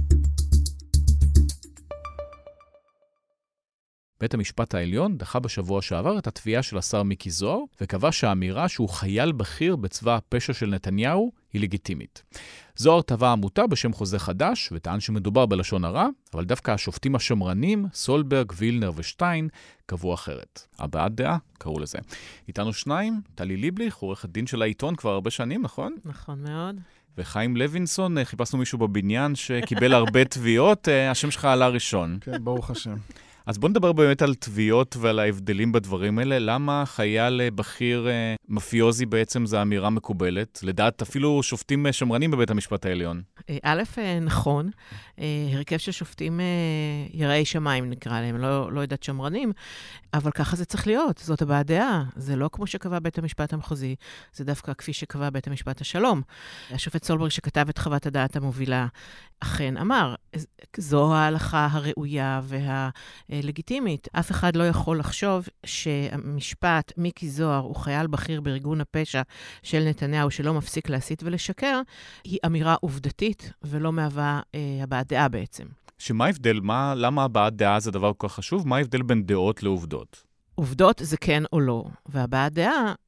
בית המשפט העליון דחה בשבוע שעבר את התביעה של השר מיקי זוהר, וקבע שהאמירה שהוא חייל בכיר בצבא הפשע של נתניהו היא לגיטימית. זוהר תבע עמותה בשם חוזה חדש, וטען שמדובר בלשון הרע, אבל דווקא השופטים השמרנים, סולברג, וילנר ושטיין, קבעו אחרת. הבעת דעה, קראו לזה. איתנו שניים, טלי ליבליך, עורכת דין של העיתון כבר הרבה שנים, נכון? נכון מאוד. וחיים לוינסון, חיפשנו מישהו בבניין שקיבל הרבה תביעות, השם שלך עלה ראשון. כן, ברוך השם. אז בוא נדבר באמת על תביעות ועל ההבדלים בדברים האלה. למה חייל בכיר מפיוזי בעצם זה אמירה מקובלת? לדעת אפילו שופטים שמרנים בבית המשפט העליון. א', נכון. הרכב של שופטים יראי שמיים נקרא להם, לא יודעת שמרנים, אבל ככה זה צריך להיות. זאת הבעת דעה. זה לא כמו שקבע בית המשפט המחוזי, זה דווקא כפי שקבע בית המשפט השלום. השופט סולברג שכתב את חוות הדעת המובילה, אכן אמר, זו ההלכה הראויה לגיטימית. אף אחד לא יכול לחשוב שהמשפט מיקי זוהר הוא חייל בכיר בארגון הפשע של נתניהו שלא מפסיק להסית ולשקר, היא אמירה עובדתית ולא מהווה הבעת דעה בעצם. שמה ההבדל? למה הבעת דעה זה דבר כל כך חשוב? מה ההבדל בין דעות לעובדות? עובדות זה כן או לא, והבעת דעה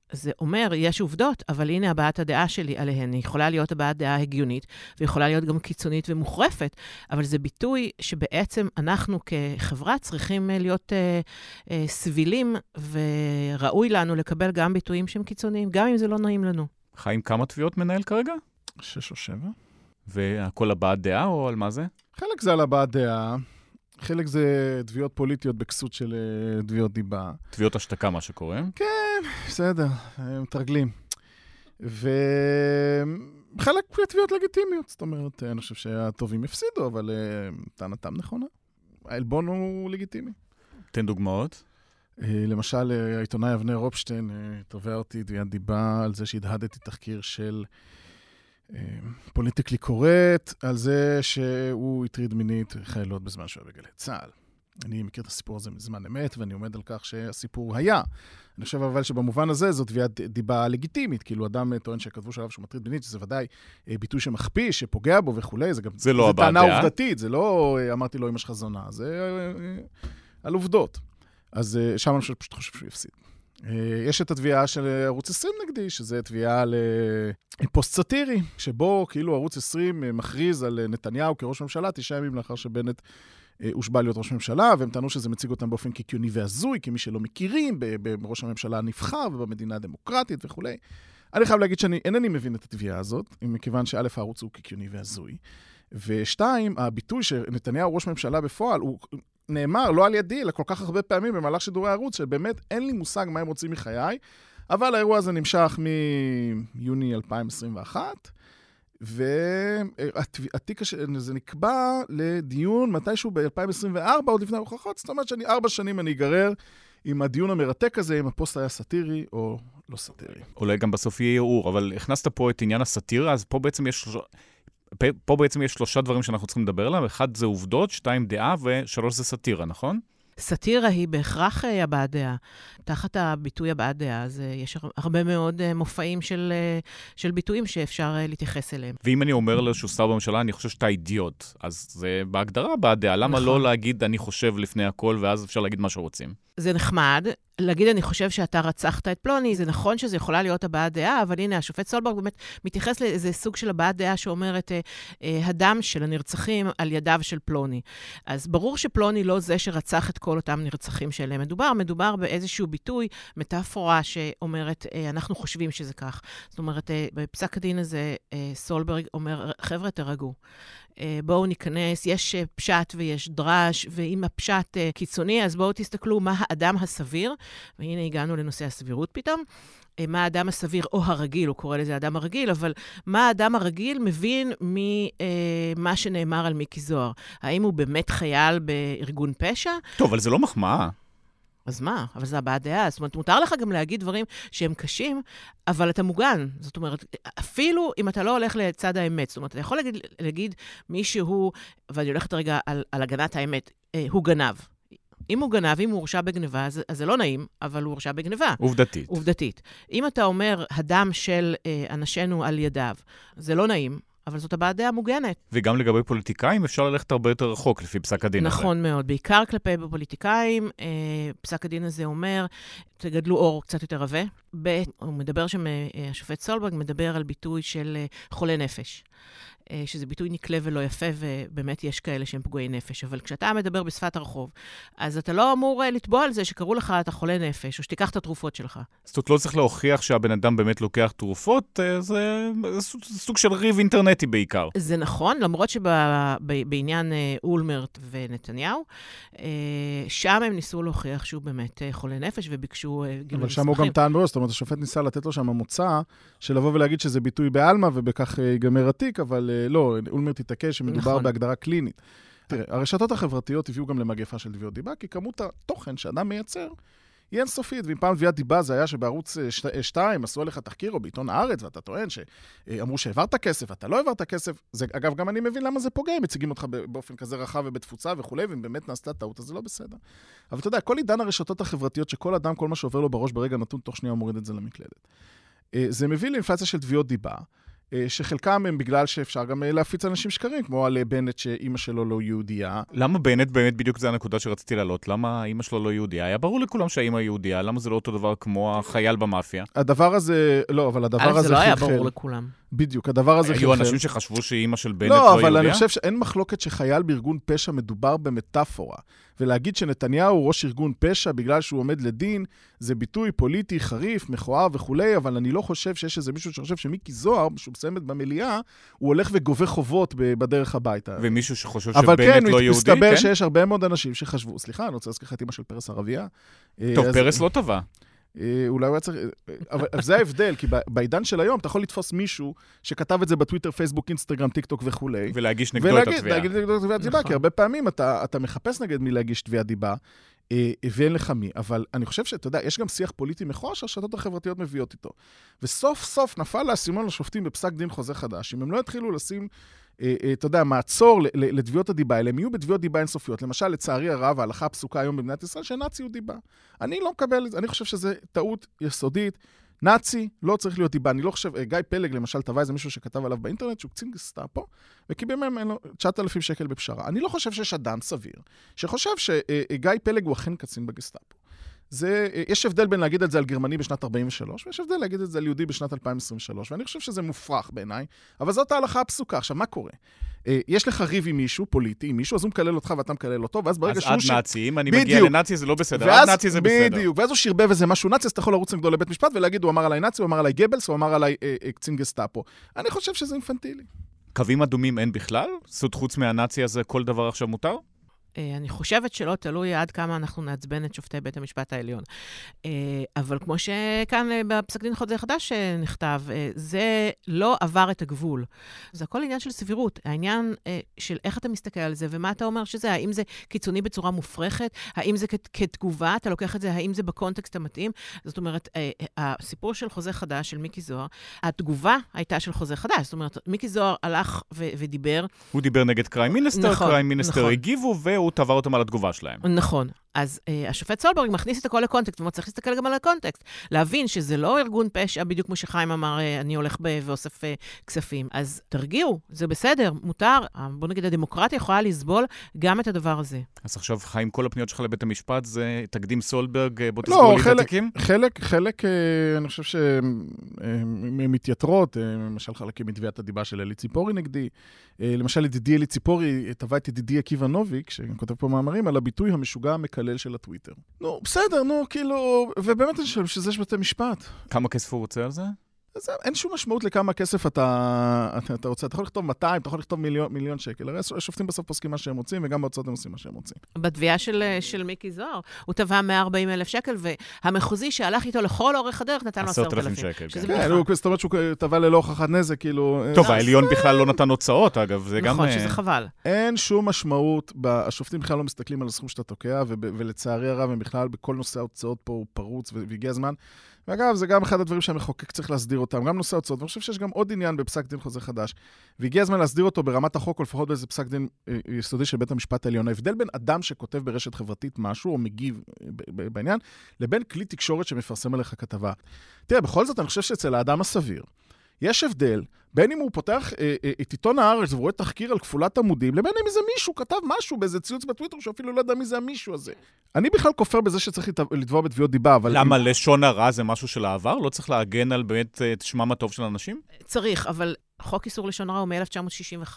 זה אומר, יש עובדות, אבל הנה הבעת הדעה שלי עליהן. היא יכולה להיות הבעת דעה הגיונית, ויכולה להיות גם קיצונית ומוחרפת, אבל זה ביטוי שבעצם אנחנו כחברה צריכים להיות סבילים, וראוי לנו לקבל גם ביטויים שהם קיצוניים, גם אם זה לא נעים לנו. חיים, כמה תביעות מנהל כרגע? 6 או 7. והכל הבעת דעה או על מה זה? חלק זה על הבעת דעה, חלק זה תביעות פוליטיות בכסות של תביעות דיבה. תביעות השתקה, מה שקורה? כן, בסדר, מתרגלים. וחלק תביעות לגיטימיות, זאת אומרת, אני חושב שהטובים הפסידו, אבל טענתם נכונה. העלבון הוא לגיטימי. תן דוגמאות. למשל, העיתונאי אבנר רופשטיין תובע אותי תביעת דיבה על זה שהדהדתי תחקיר של פוליטיקלי קורקט, על זה שהוא הטריד מינית חיילות בזמן שהוא היה בגלי צה"ל. אני מכיר את הסיפור הזה מזמן אמת, ואני עומד על כך שהסיפור היה. אני חושב אבל שבמובן הזה זו תביעת דיבה לגיטימית, כאילו אדם טוען שכתבו שעליו שהוא מטריד מינית, שזה ודאי ביטוי שמכפיש, שפוגע בו וכולי, זה גם זה לא טענה עובדתית, זה לא אמרתי לו אמא שלך זונה, זה על עובדות. אז שם אני פשוט חושב שהוא יפסיד. יש את התביעה של ערוץ 20 נגדי, שזה תביעה לפוסט סאטירי, שבו כאילו ערוץ 20 מכריז על נתניהו כראש ממשלה 9 ימים לאחר שבנט הושבע להיות ראש ממשלה, והם טענו שזה מציג אותם באופן קיקיוני והזוי, כמי שלא מכירים בראש הממשלה הנבחר ובמדינה הדמוקרטית וכו'. אני חייב להגיד שאני אינני מבין את התביעה הזאת, מכיוון שא' הערוץ הוא קיקיוני והזוי, ושתיים, הביטוי שנתניהו ראש ממשלה בפועל הוא נאמר לא על ידי, אלא כל כך הרבה פעמים במהלך שידורי הערוץ, שבאמת אין לי מושג מה הם רוצים מחיי, אבל האירוע הזה נמשך מיוני 2021, והתיק הזה נקבע לדיון מתישהו ב-2024, עוד לפני ההוכחות, זאת אומרת שאני 4 שנים אני אגרר עם הדיון המרתק הזה, אם הפוסט היה סאטירי או לא סאטירי. אולי גם בסוף יהיה ערעור, אבל הכנסת פה את עניין הסאטירה, אז פה בעצם יש 3 דברים שאנחנו צריכים לדבר עליהם. 1 זה עובדות, 2 דעה ו3 זה סאטירה, נכון? סאטירה היא בהכרח הבעת דעה. תחת הביטוי הבעת דעה, אז יש הרבה מאוד מופעים של ביטויים שאפשר להתייחס אליהם. ואם אני אומר לו שהוא שר בממשלה, אני חושב שאתה אידיוט. אז זה בהגדרה הבעת דעה. למה לא להגיד אני חושב לפני הכל, ואז אפשר להגיד מה שרוצים? זה נחמד. להגיד, אני חושב שאתה רצחת את פלוני, זה נכון שזה יכולה להיות הבעת דעה, אבל הנה, השופט סולברג באמת מתייחס לאיזה סוג של הבעת דעה שאומרת, הדם של הנרצחים על ידיו של פלוני. אז ברור שפלוני לא זה שרצח את כל אותם נרצחים שאליהם מדובר באיזשהו ביטוי, מטאפורה שאומרת, אנחנו חושבים שזה כך. זאת אומרת, בפסק הדין הזה, סולברג אומר, חבר'ה, תרגעו. בואו ניכנס, יש פשט ויש דרש, ואם הפשט קיצוני, אז בואו תסתכלו מה האדם הסביר, והנה הגענו לנושא הסבירות פתאום, מה האדם הסביר או הרגיל, הוא קורא לזה האדם הרגיל, אבל מה האדם הרגיל מבין ממה שנאמר על מיקי זוהר. האם הוא באמת חייל בארגון פשע? טוב, אבל זה לא מחמאה. אז מה? אבל זה הבעת דעה. זאת אומרת, מותר לך גם להגיד דברים שהם קשים, אבל אתה מוגן. זאת אומרת, אפילו אם אתה לא הולך לצד האמת, זאת אומרת, אתה יכול להגיד מישהו, ואני הולכת רגע על הגנת האמת, הוא גנב. אם הוא גנב, אם הוא הורשע בגניבה, אז זה לא נעים, אבל הוא הורשע בגניבה. עובדתית. עובדתית. אם אתה אומר, הדם של אנשינו על ידיו, זה לא נעים, אבל זאת הבעת דעה מוגנת. וגם לגבי פוליטיקאים אפשר ללכת הרבה יותר רחוק לפי פסק הדין הזה. נכון מאוד. בעיקר כלפי פוליטיקאים, פסק הדין הזה אומר, תגדלו אור קצת יותר רבה. הוא מדבר שם, השופט סולברג מדבר על ביטוי של חולה נפש. שזה ביטוי נקלה ולא יפה, ובאמת יש כאלה שהם פגועי נפש. אבל כשאתה מדבר בשפת הרחוב, אז אתה לא אמור לתבוע על זה שקראו לך אתה חולה נפש, או שתיקח את התרופות שלך. זאת אומרת, לא צריך להוכיח שהבן אדם באמת לוקח תרופות, זה סוג של ריב אינטרנטי בעיקר. זה נכון, למרות שבעניין אולמרט ונתניהו, שם הם ניסו להוכיח שהוא באמת חולה נפש, וביקשו גילוי אבל שם הוא גם טען בראש, זאת אומרת, השופט ניסה לתת לו שם המוצא, של לבוא ולהגיד שזה ביטוי באלמה, ובכך ייגמר התיק, אבל לא, אולמרט התעקש שמדובר בהגדרה קלינית. תראה, הרשתות החברתיות הביאו גם למגפה של תביעות דיבה, כי כמות התוכן שאדם מייצר היא אינסופית, ואם פעם תביעת דיבה זה היה שבערוץ 2 עשו עליך תחקיר או בעיתון הארץ, ואתה טוען שאמרו שהעברת כסף, אתה לא העברת כסף, זה, אגב, גם אני מבין למה זה פוגע, הם מציגים אותך באופן כזה רחב ובתפוצה וכו', ואם באמת נעשתה טעות, אז זה לא בסדר. אבל אתה יודע, כל עידן הרשתות החברתיות, שכל אדם, כל מה שעובר לו בראש ברגע נתון, תוך שנייה מוריד את זה למקלדת. זה מביא לאינפלציה של תביעות דיבה, שחלקם הם בגלל שאפשר גם להפיץ אנשים שקרים, כמו על בנט שאימא שלו לא יהודייה. למה בנט באמת בדיוק זה הנקודה שרציתי להעלות? למה אימא שלו לא יהודייה? היה ברור לכולם שהאימא יהודייה, למה זה לא אותו דבר כמו החייל במאפיה? הדבר הזה, לא, אבל הדבר הזה זה לא היה ברור לכולם. בדיוק, הדבר הזה היו אנשים שחשבו שאימא של בנט לא יהודייה? לא, אבל אני חושב שאין מחלוקת שחייל בארגון פשע מדובר במטאפורה. ולהגיד שנתניהו הוא ראש ארגון פשע בגלל שהוא עומד לדין, זה ביטוי פוליטי חריף, מכוער וכולי, אבל אני לא חושב שיש איזה מישהו שחושב שמיקי זוהר, שהוא מסיימת במליאה, הוא הולך וגובה חובות בדרך הביתה. ומישהו שחושב שבנט לא יהודי, כן? אבל כן, מסתבר שיש הרבה מאוד אנשים שחשבו, סליחה, אני רוצה להזכיר לך את אמא של פרס ערבייה. טוב, פרס לא טבע. אולי הוא היה צריך... אבל זה ההבדל, כי בעידן של היום אתה יכול לתפוס מישהו שכתב את זה בטוויטר, פייסבוק, אינסטגרם, טיקטוק וכולי. ולהגיש נגדו את התביעה. ולהגיד נגדו את תביעת דיבה, כי הרבה פעמים אתה מחפש נגד מי להגיש תביעת דיבה, ואין לך מי. אבל אני חושב שאתה יודע, יש גם שיח פוליטי מכוער שהרשתות החברתיות מביאות איתו. וסוף סוף נפל לאסימון לשופטים בפסק דין חוזה חדש. אם הם לא יתחילו לשים אתה יודע, מעצור לתביעות הדיבה האלה, הם יהיו בתביעות דיבה אינסופיות. למשל, לצערי הרב, ההלכה הפסוקה היום במדינת ישראל, שנאצי הוא דיבה. אני לא מקבל את זה, אני חושב שזה טעות יסודית. נאצי לא צריך להיות דיבה. אני לא חושב, גיא פלג למשל טבע איזה מישהו שכתב עליו באינטרנט, שהוא קצין גסטאפו, וקיבל מהם 9,000 שקל בפשרה. אני לא חושב שיש אדם סביר, שחושב שגיא פלג הוא אכן קצין בגסטאפו. יש הבדל בין להגיד את זה על גרמני בשנת 43, ויש הבדל להגיד את זה על יהודי בשנת 2023, ואני חושב שזה מופרך בעיניי, אבל זאת ההלכה הפסוקה. עכשיו, מה קורה? יש לך ריב עם מישהו, פוליטי, עם מישהו, אז הוא מקלל אותך ואתה מקלל אותו, ואז ברגע שהוא... אז עד נאצי, אם אני מגיע לנאצי זה לא בסדר, עד נאצי זה בסדר. בדיוק, ואז הוא שרבב איזה משהו נאצי, אז אתה יכול לרוץ נגדו לבית משפט ולהגיד, הוא אמר עליי נאצי, הוא אמר עליי גבלס, הוא אמר עליי קצין גסטאפו. אני חושב שזה אינפנטילי. קווים אדומים אין בכלל? זאת חוץ מהנאצי הזה כל דבר עכשיו מותר? אני חושבת שלא תלוי עד כמה אנחנו נעצבן את שופטי בית המשפט העליון. אבל כמו שכאן בפסק דין חוזה חדש נכתב, זה לא עבר את הגבול. זה הכל עניין של סבירות. העניין של איך אתה מסתכל על זה, ומה אתה אומר שזה, האם זה קיצוני בצורה מופרכת, האם זה כתגובה, אתה לוקח את זה, האם זה בקונטקסט המתאים. זאת אומרת, הסיפור של חוזה חדש, של מיקי זוהר, התגובה הייתה של חוזה חדש. זאת אומרת, מיקי זוהר הלך ודיבר. הוא דיבר נגד קריים מיניסטר, קריים מיניסטר הגיבו, והוא תבע אותם על התגובה שלהם. נכון. אז השופט סולברג מכניס את הכל לקונטקסט, והוא צריך להסתכל גם על הקונטקסט. להבין שזה לא ארגון פשע, בדיוק כמו שחיים אמר, אני הולך ואוסף כספים. אז תרגיעו, זה בסדר, מותר. בוא נגיד, הדמוקרטיה יכולה לסבול גם את הדבר הזה. אז עכשיו, חיים, כל הפניות שלך לבית המשפט זה תקדים סולברג, בוא תסגור לי את התיקים? חלק, אני חושב שהן מתייתרות, למשל חלקים מתביעת הדיבה של אלי ציפורי נגדי. למשל, ידידי אלי ציפורי, טבע את ידידי עקיבא נוביק, שכותב פה מאמרים על הביטוי המשוגע המקלל של הטוויטר. נו, בסדר, נו, כאילו, ובאמת אני חושב שזה יש בתי משפט. כמה כסף הוא רוצה על זה? אז אין שום משמעות לכמה כסף אתה רוצה. אתה יכול לכתוב 200, אתה יכול לכתוב מיליון שקל. הרי השופטים בסוף פוסקים מה שהם רוצים, וגם בהוצאות הם עושים מה שהם רוצים. בתביעה של מיקי זוהר, הוא תבע 140,000 שקל, והמחוזי שהלך איתו לכל אורך הדרך נתן לו 10,000 שקל. כן, זאת אומרת שהוא תבע ללא הוכחת נזק, כאילו... טוב, העליון בכלל לא נתן הוצאות, אגב, זה גם... נכון, שזה חבל. אין שום משמעות, השופטים בכלל לא מסתכלים על הסכום שאתה תוקע, ולצערי הרב, הם בכלל בכל נושא ההוצאות פה הוא פרוץ, והגיע הזמן. ואגב, זה גם אחד הדברים שהמחוקק צריך להסדיר אותם, גם נושא ההוצאות. ואני חושב שיש גם עוד עניין בפסק דין חוזה חדש, והגיע הזמן להסדיר אותו ברמת החוק, או לפחות באיזה פסק דין יסודי של בית המשפט העליון. ההבדל בין אדם שכותב ברשת חברתית משהו, או מגיב בעניין, לבין כלי תקשורת שמפרסם עליך כתבה. תראה, בכל זאת, אני חושב שאצל האדם הסביר, יש הבדל, בין אם הוא פותח את עיתון הארץ ורואה תחקיר על כפולת עמודים, לבין אם איזה מישהו כתב משהו באיזה ציוץ בטוויטר, שאפילו לא יודע מי זה המישהו הזה. אני בכלל כופר בזה שצריך לתבוע בתביעות דיבה, אבל... למה לשון הרע זה משהו של העבר? לא צריך להגן על באמת את שמם הטוב של אנשים? צריך, אבל חוק איסור לשון הרע הוא מ-1965.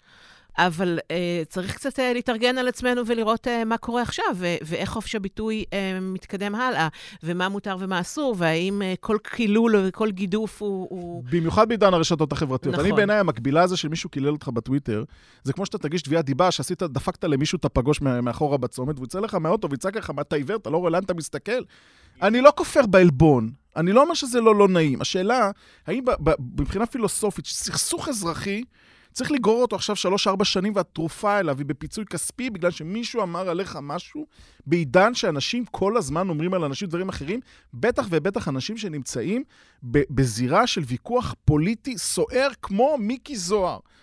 אבל צריך קצת להתארגן על עצמנו ולראות מה קורה עכשיו, ואיך חופש הביטוי מתקדם הלאה, ומה מותר ומה אסור, והאם כל קילול וכל גידוף הוא... במיוחד בעידן הרשתות החברתיות. נכון. אני בעיניי, המקבילה הזה של מישהו קילל אותך בטוויטר, זה כמו שאתה תגיש תביעת דיבה, דפקת למישהו את הפגוש מאחורה בצומת, והוא יצא לך מהאוטו, ויצק לך, מה אתה עיוור, אתה לא רואה לאן אתה מסתכל. אני לא כופר בעלבון. אני לא אומר שזה לא נעים. השאלה, האם מבחינה פילוסופית, סכסוך אזרחי, צריך לגרור אותו עכשיו 3-4 שנים, והתרופה אליו היא בפיצוי כספי, בגלל שמישהו אמר עליך משהו, בעידן שאנשים כל הזמן אומרים על אנשים דברים אחרים, בטח ובטח אנשים שנמצאים בזירה של ויכוח פוליטי סוער כמו מיקי זוהר.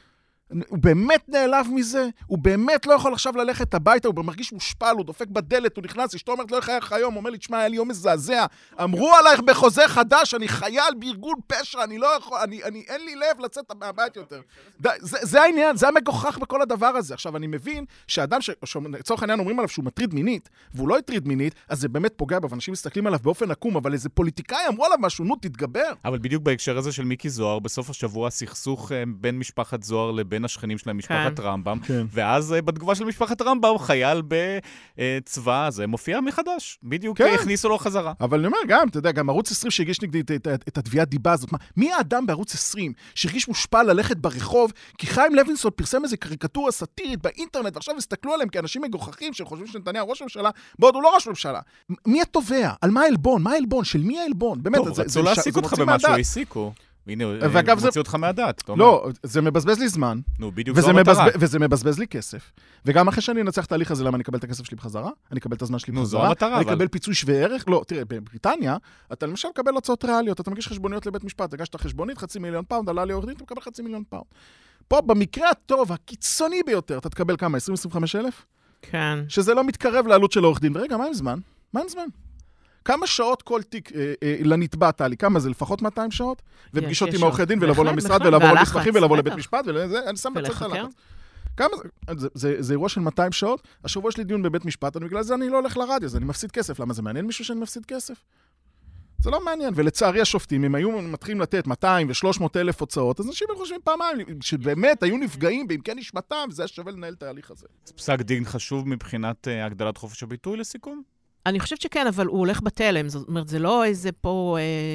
הוא באמת נעלב מזה, הוא באמת לא יכול עכשיו ללכת הביתה, הוא מרגיש מושפל, הוא דופק בדלת, הוא נכנס, אשתו אומרת, לא יחייך היום, הוא אומר לי, תשמע, היה לי יום מזעזע, אמרו עלייך בחוזה חדש, אני חייל בארגון פשע, אני לא יכול, אין לי לב לצאת מהבית יותר. זה העניין, זה המגוחך בכל הדבר הזה. עכשיו, אני מבין שאדם לצורך העניין אומרים עליו שהוא מטריד מינית, והוא לא הטריד מינית, אז זה באמת פוגע בו, ואנשים מסתכלים עליו באופן עקום, אבל איזה פוליטיקאי אמרו עליו משהו, נו, תתגבר. אבל בדיוק בהקשר הזה של מיקי זוהר, בסוף השבוע סכסוך בין משפחת זוהר לבין השכנים שלהם, משפחת רמב"ם, ואז בתגובה של משפחת רמב"ם, חייל בצבא הזה מופיע מחדש. בדיוק הכניסו לו חזרה. אבל אני אומר, גם, אתה יודע, גם ערוץ 20 שהגיש נגדי את התביעת דיבה הזאת. מי האדם בערוץ 20 שהרגיש מושפל ללכת ברחוב, כי חיים לוינסון פרסם איזה קריקטורה סאטירית באינטרנט, ועכשיו הסתכלו עליהם כאנשים מגוחכים שחושבים שנתניהו ראש הממשלה, בעוד הוא לא ראש הממשלה. מי התובע? על מה העלבון? מה העלבון? של מי העלבון? באמת, טוב, רצו להעסיק אותך במשהו, העסיקו. הנה, מוציא אותך מהדעת. לא, זה מבזבז לי זמן. נו, בדיוק זו המטרה. וזה מבזבז לי כסף. וגם אחרי שאני אנצח את ההליך הזה, למה אני אקבל את הכסף שלי בחזרה? אני אקבל את הזמן שלי בחזרה? אני אקבל פיצוי שווה ערך? לא, תראה, בבריטניה, אתה למשל מקבל הוצאות ריאליות, אתה מגיש חשבוניות לבית משפט, הגשת חשבונית, 500,000 פאונד, עלה לי עורך דין, אתה מקבל 500,000 פאונד. פה, במקרה הטוב, הקיצוני ביותר, אתה תקבל כמה? 20,000-25,000? כן. שזה לא מתקרב לעלות של העורך דין. ורגע, מה עם זמן? מה עם זמן? כמה שעות כל תיק לנתבע תעלי? כמה זה? לפחות 200 שעות? ופגישות עם העורכי דין, ולבוא למשרד, ולבוא למסמכים, ולבוא לבית משפט, אני שם בצד את הלחץ. כמה זה? זה אירוע של 200 שעות, השבוע יש לי דיון בבית משפט, ובגלל זה אני לא הולך לרדיו, אז אני מפסיד כסף. למה זה מעניין מישהו שאני מפסיד כסף? זה לא מעניין, ולצערי השופטים, אם היו מתחילים לתת 200 ו-300 אלף הוצאות, אז אנשים חושבים פעמיים, שבאמת היו נפגעים, ואם כן נשמתם, וזה היה שווה לנהל את ההליך הזה. זה פסק דין חשוב מבחינת הגדלת חופש הביטוי לסיכום? אני חושבת שכן, אבל הוא הולך בתלם, זאת אומרת, זה לא איזה פה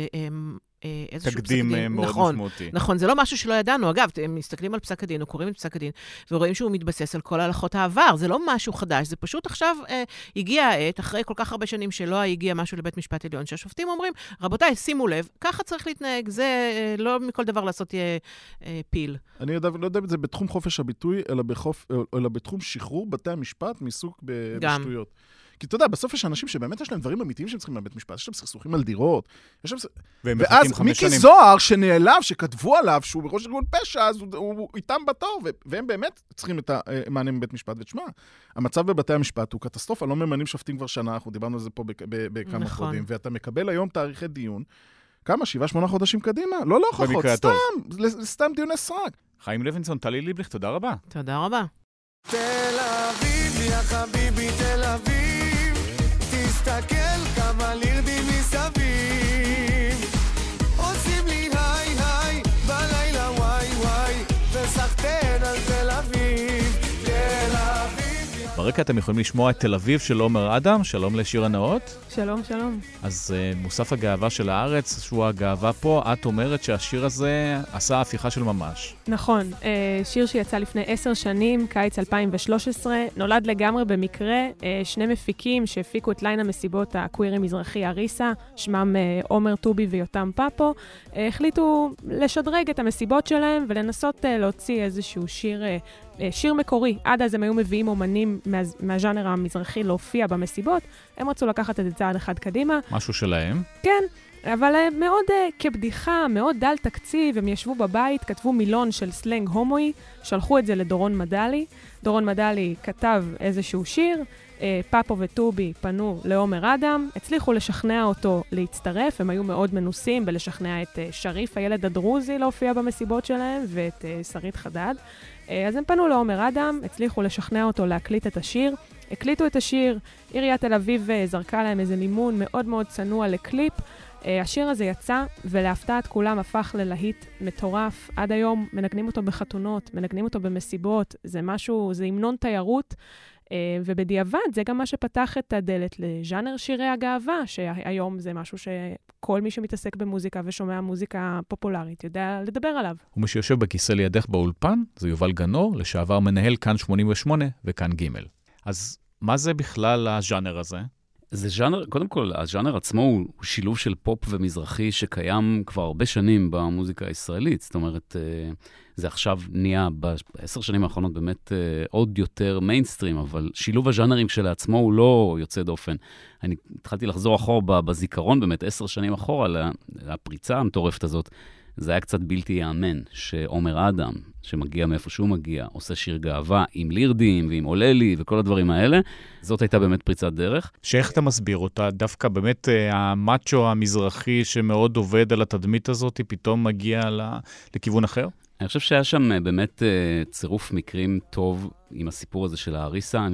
תקדים מאוד משמעותי. נכון, זה לא משהו שלא ידענו. אגב, הם מסתכלים על פסק הדין, או קוראים את פסק הדין, ורואים שהוא מתבסס על כל הלכות העבר. זה לא משהו חדש, זה פשוט עכשיו הגיע העת, אחרי כל כך הרבה שנים שלא הגיע משהו לבית משפט עליון, שהשופטים אומרים, רבותיי, שימו לב, ככה צריך להתנהג, זה לא מכל דבר לעשות פיל. אני לא יודע את זה בתחום חופש הביטוי, אלא בתחום שחרור בתי המשפט מסוג בשטויות. כי אתה יודע, בסוף יש אנשים שבאמת יש להם דברים אמיתיים שהם צריכים לבית משפט, יש להם סכסוכים על דירות, ואז מיקי זוהר שנעלב, שכתבו עליו שהוא בראש ארגון פשע, אז הוא איתם בתור, והם באמת צריכים את המענה מבית משפט. ותשמע, המצב בבתי המשפט הוא קטסטרופה, לא ממנים שופטים כבר שנה, אנחנו דיברנו על זה פה בכמה חודשים, ואתה מקבל היום תאריכי דיון, כמה? 7-8 חודשים קדימה? לא הוכחות, סתם דיוני סרק. חיים לוינסון, טלי ליבליך, תודה רבה. תודה רבה. תל אביב, יא חביבי, תל אביב, תסתכל כמה לירדים מסביב, עושים לי היי היי, בלילה וואי וואי, וסחטן על תל אביב, תל אביב. ברקע אתם יכולים לשמוע את תל אביב של עומר אדם, שלום לשיר הנאות. שלום, שלום. אז מוסף הגאווה של הארץ, שהוא הגאווה פה, את אומרת שהשיר הזה עשה הפיכה של ממש. נכון, שיר שיצא לפני 10 שנים, קיץ 2013, נולד לגמרי במקרה, שני מפיקים שהפיקו את ליין המסיבות הקווירי מזרחי אריסה, שמם עומר טובי ויותם פאפו, החליטו לשדרג את המסיבות שלהם ולנסות להוציא איזשהו שיר מקורי. עד אז הם היו מביאים אומנים מהז'אנר המזרחי להופיע במסיבות, הם רצו לקחת את זה צעד אחד קדימה. משהו שלהם? כן, אבל מאוד כבדיחה, מאוד דל תקציב, הם ישבו בבית, כתבו מילון של סלנג הומואי, שלחו את זה לדורון מדלי, דורון מדלי כתב איזשהו שיר, פאפו וטובי פנו לעומר אדם, הצליחו לשכנע אותו להצטרף, הם היו מאוד מנוסים בלשכנע את שריף, הילד הדרוזי, להופיע במסיבות שלהם, ואת שרית חדד. אז הם פנו לעומר אדם, הצליחו לשכנע אותו להקליט את השיר, הקליטו את השיר, עיריית תל אביב זרקה להם איזה מימון מאוד מאוד צנוע לקליפ, השיר הזה יצא, ולהפתעת כולם הפך ללהיט מטורף. עד היום מנגנים אותו בחתונות, מנגנים אותו במסיבות, זה משהו, זה המנון תיירות, ובדיעבד זה גם מה שפתח את הדלת לז'אנר שירי הגאווה, שהיום זה משהו שכל מי שמתעסק במוזיקה ושומע מוזיקה פופולרית יודע לדבר עליו. ומי שיושב בכיסא לידך באולפן זה יובל גנור, לשעבר מנהל כאן 88 וכאן ג'. אז מה זה בכלל הז'אנר הזה? זה ז'אנר, קודם כל, הז'אנר עצמו הוא שילוב של פופ ומזרחי שקיים כבר הרבה שנים במוזיקה הישראלית. זאת אומרת, זה עכשיו נהיה ב10 שנים האחרונות באמת עוד יותר מיינסטרים, אבל שילוב הז'אנרים כשלעצמו הוא לא יוצא דופן. אני התחלתי לחזור אחורה בזיכרון באמת 10 שנים אחורה, לפריצה המטורפת הזאת. זה היה קצת בלתי יאמן, שעומר אדם, שמגיע מאיפה שהוא מגיע, עושה שיר גאווה עם לירדים ועם עוללי וכל הדברים האלה. זאת הייתה באמת פריצת דרך. שאיך אתה מסביר אותה? דווקא באמת המאצ'ו המזרחי שמאוד עובד על התדמית הזאת, פתאום מגיע לכיוון אחר? אני חושב שהיה שם באמת צירוף מקרים טוב עם הסיפור הזה של האריסה.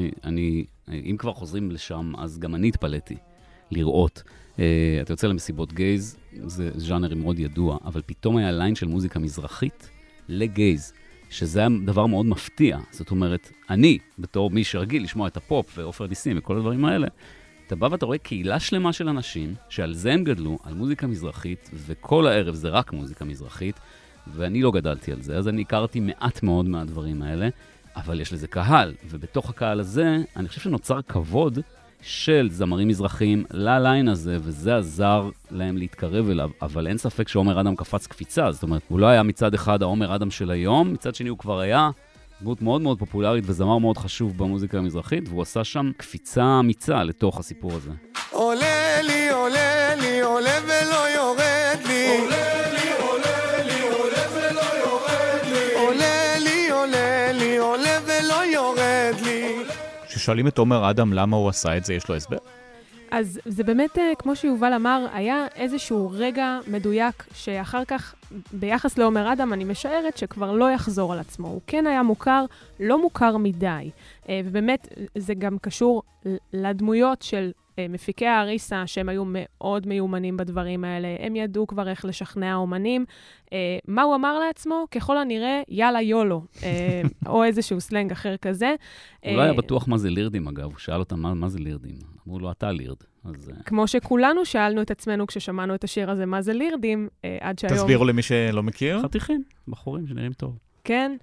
אם כבר חוזרים לשם, אז גם אני התפלאתי לראות. אתה יוצא למסיבות גייז, זה ז'אנר מאוד ידוע, אבל פתאום היה ליין של מוזיקה מזרחית לגייז, שזה היה דבר מאוד מפתיע. זאת אומרת, אני, בתור מי שרגיל לשמוע את הפופ ועופר ניסים וכל הדברים האלה, אתה בא ואתה רואה קהילה שלמה של אנשים, שעל זה הם גדלו, על מוזיקה מזרחית, וכל הערב זה רק מוזיקה מזרחית, ואני לא גדלתי על זה, אז אני הכרתי מעט מאוד מהדברים האלה, אבל יש לזה קהל, ובתוך הקהל הזה, אני חושב שנוצר כבוד של זמרים מזרחיים לליין הזה, וזה עזר להם להתקרב אליו, אבל אין ספק שעומר אדם קפץ קפיצה, זאת אומרת, הוא לא היה מצד אחד העומר אדם של היום, מצד שני הוא כבר היה דמות מאוד מאוד פופולרית וזמר מאוד חשוב במוזיקה המזרחית, והוא עשה שם קפיצה אמיצה לתוך הסיפור הזה. עולה לי, עולה לי, עולה ולא יורד לי. עולה לי, עולה לי, עולה ולא יורד לי. עולה לי, עולה לי, עולה ולא יורד לי. כששואלים את עומר אדם למה הוא עשה את זה, יש לו הסבר? אז זה באמת, כמו שיובל אמר, היה איזשהו רגע מדויק שאחר כך, ביחס לעומר אדם, אני משערת שכבר לא יחזור על עצמו. הוא כן היה מוכר, לא מוכר מדי. ובאמת, זה גם קשור לדמויות של מפיקי האריסה, שהם היו מאוד מיומנים בדברים האלה. הם ידעו כבר איך לשכנע אומנים. מה הוא אמר לעצמו? ככל הנראה, יאללה יולו, או איזשהו סלנג אחר כזה. הוא לא היה בטוח מה זה לירדים, אגב. הוא שאל אותם מה זה לירדים. אמרו לו, אתה לירד. כמו שכולנו שאלנו את עצמנו כששמענו את השיר הזה, מה זה לירדים, עד שהיום... תסבירו למי שלא מכיר. חתיכים, בחורים שנראים טוב. כן,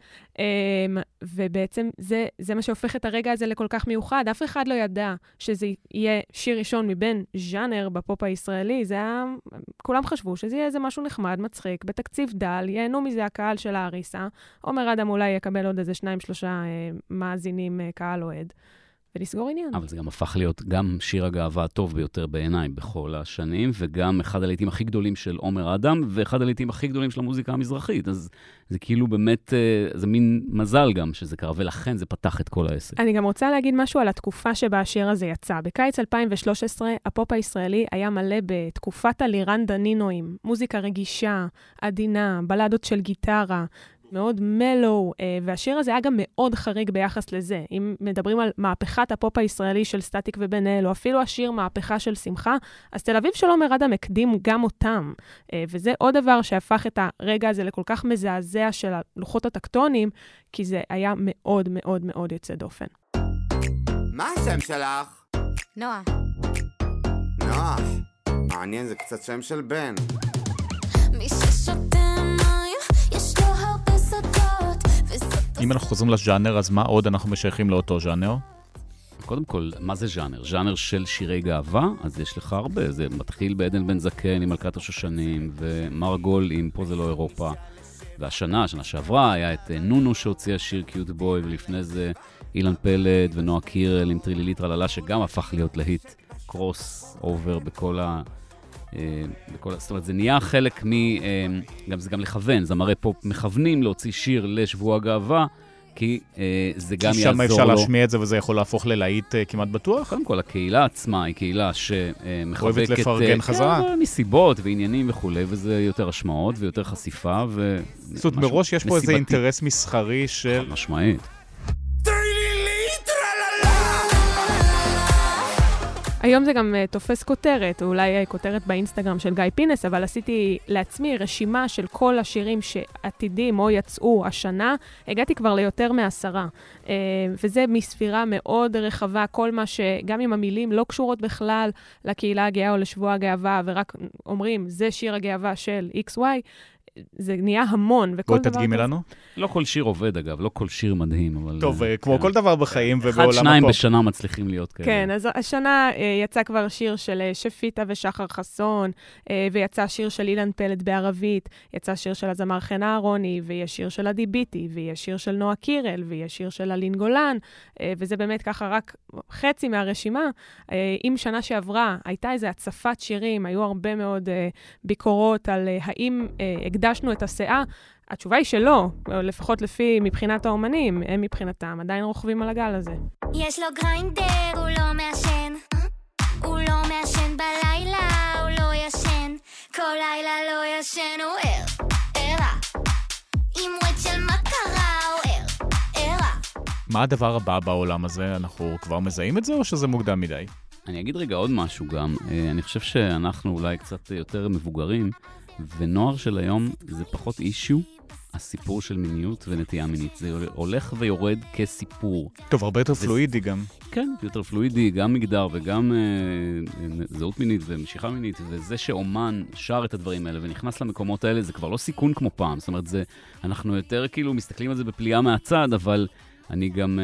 ובעצם זה מה שהופך את הרגע הזה לכל כך מיוחד. אף אחד לא ידע שזה יהיה שיר ראשון מבין ז'אנר בפופ הישראלי. זה היה, כולם חשבו שזה יהיה איזה משהו נחמד, מצחיק, בתקציב דל, ייהנו מזה הקהל של האריסה. עומר אדם אולי יקבל עוד איזה 2-3 מאזינים קהל אוהד. ולסגור עניין. אבל זה גם הפך להיות גם שיר הגאווה הטוב ביותר בעיניי בכל השנים, וגם אחד הלהיטים הכי גדולים של עומר אדם, ואחד הלהיטים הכי גדולים של המוזיקה המזרחית. אז זה כאילו באמת, זה מין מזל גם שזה קרה, ולכן זה פתח את כל העסק. אני גם רוצה להגיד משהו על התקופה שבה השיר הזה יצא. בקיץ 2013, הפופ הישראלי היה מלא בתקופת הלירן דנינואים, מוזיקה רגישה, עדינה, בלדות של גיטרה, מאוד מלו, והשיר הזה היה גם מאוד חריג ביחס לזה. אם מדברים על מהפכת הפופ הישראלי של סטטיק ובן אל, או אפילו השיר מהפכה של שמחה, אז תל אביב של עומר אדם הקדים גם אותם. וזה עוד דבר שהפך את הרגע הזה לכל כך מזעזע של הלוחות הטקטונים, כי זה היה מאוד מאוד מאוד יוצא דופן. מה השם שלך? נועה. נועה. מעניין, זה קצת שם של בן. מי ששותה אם אנחנו חוזרים לז'אנר, אז מה עוד אנחנו משייכים לאותו ז'אנר? קודם כל, מה זה ז'אנר? ז'אנר של שירי גאווה, אז יש לך הרבה. זה מתחיל בעדן בן זקן עם מלכת השושנים, ומרגול עם פה זה לא אירופה. והשנה שעברה, היה את נונו שהוציא השיר קיוט בוי, ולפני זה אילן פלד ונועה קירל עם טרילילי טרללה, שגם הפך להיות להיט קרוס אובר בכל ה... זאת אומרת, זה נהיה חלק זה גם לכוון, זמרי פופ מכוונים להוציא שיר לשבוע הגאווה, כי זה גם יעזור לו. שם אפשר להשמיע את זה וזה יכול להפוך ללהיט כמעט בטוח? קודם כל, הקהילה עצמה היא קהילה שמחבקת... אוהבת לפרגן חזרה? מסיבות ועניינים וכו', וזה יותר השמעות ויותר חשיפה זאת אומרת, מראש יש פה איזה אינטרס מסחרי של... משמעית. היום זה גם תופס כותרת, או אולי כותרת באינסטגרם של גיא פינס, אבל עשיתי לעצמי רשימה של כל השירים שעתידים או יצאו השנה, הגעתי כבר ליותר מ10. וזה מספירה מאוד רחבה, כל מה שגם אם המילים לא קשורות בכלל לקהילה הגאה או לשבוע הגאווה, ורק אומרים, זה שיר הגאווה של XY, זה נהיה המון, וכל דבר... בוא תדגימי לנו. לא כל שיר עובד, אגב, לא כל שיר מדהים, אבל... טוב, כמו כל דבר בחיים ובעולם הפופ. 1-2 בשנה מצליחים להיות כאלה. כן, אז השנה יצא כבר שיר של שפיטה ושחר חסון, ויצא שיר של אילן פלד בערבית, יצא שיר של הזמר חן אהרוני, ויש שיר של עדי ביטי, ויש שיר של נועה קירל, ויש שיר של אלין גולן, וזה באמת ככה רק חצי מהרשימה. אם שנה שעברה הייתה איזו הצפת שירים, היו הרבה מאוד ביקורות על האם גדשנו את הסאה? התשובה היא שלא, לפחות מבחינת האומנים, הם מבחינתם עדיין רוכבים על הגל הזה. יש לו גריינדר, הוא לא מעשן. הוא לא מעשן בלילה, הוא לא ישן. כל לילה לא ישן, הוא ערה. עם וואט של מה קרה, הוא ערה. מה הדבר הבא בעולם הזה? אנחנו כבר מזהים את זה או שזה מוקדם מדי? אני אגיד רגע עוד משהו גם. אני חושב שאנחנו אולי קצת יותר מבוגרים, ונוער של היום זה פחות אישיו, הסיפור של מיניות ונטייה מינית. זה הולך ויורד כסיפור. טוב, הרבה יותר פלואידי גם. כן, יותר פלואידי, גם מגדר וגם זהות מינית ומשיכה מינית, וזה שאומן שר את הדברים האלה ונכנס למקומות האלה, זה כבר לא סיכון כמו פעם. זאת אומרת, אנחנו יותר כאילו מסתכלים על זה בפליאה מהצד, אבל אני גם,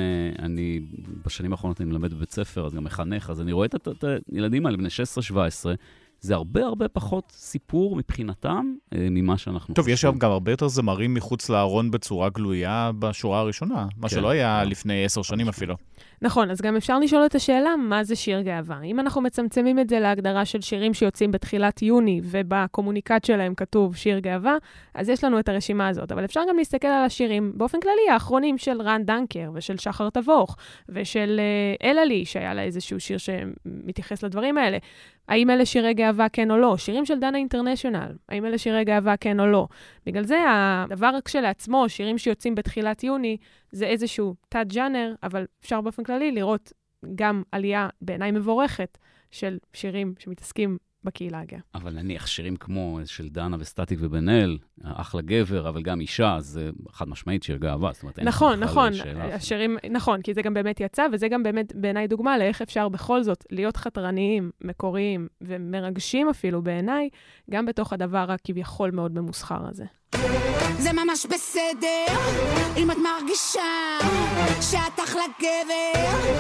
בשנים האחרונות אני מלמד בבית ספר, אז גם מחנך, אז אני רואה את הילדים האלה, בני 16-17, זה הרבה הרבה פחות סיפור מבחינתם ממה שאנחנו טוב, יש גם הרבה יותר זמרים מחוץ לארון בצורה גלויה בשורה הראשונה, מה שלא היה לפני 10 שנים אפילו. נכון, אז גם אפשר לשאול את השאלה, מה זה שיר גאווה? אם אנחנו מצמצמים את זה להגדרה של שירים שיוצאים בתחילת יוני, ובקומוניקט שלהם כתוב שיר גאווה, אז יש לנו את הרשימה הזאת. אבל אפשר גם להסתכל על השירים באופן כללי, האחרונים של רן דנקר, ושל שחר תבוך, ושל אללי, שהיה לה איזשהו שיר שמתייחס לדברים האלה. האם אלה שירי גאווה כן או לא? שירים של דנה אינטרנשיונל, האם אלה שירי גאווה כן או לא? בגלל זה הדבר כשלעצמו, שירים שיוצאים בתחילת יוני, זה איזשהו תת ג'אנר, אבל אפשר באופן כללי לראות גם עלייה בעיניי מבורכת של שירים שמתעסקים בקהילה הגאה. אבל נניח שירים כמו של דנה וסטטיק ובן-אל, אחלה גבר, אבל גם אישה, זה חד משמעית שיר גאווה. נכון, השירים, נכון, כי זה גם באמת יצא, וזה גם באמת בעיניי דוגמה לאיך אפשר בכל זאת להיות חתרניים, מקוריים ומרגשים אפילו בעיניי, גם בתוך הדבר הכביכול מאוד ממוסחר הזה. זה ממש בסדר, אם את מרגישה שאת אחלה גבר,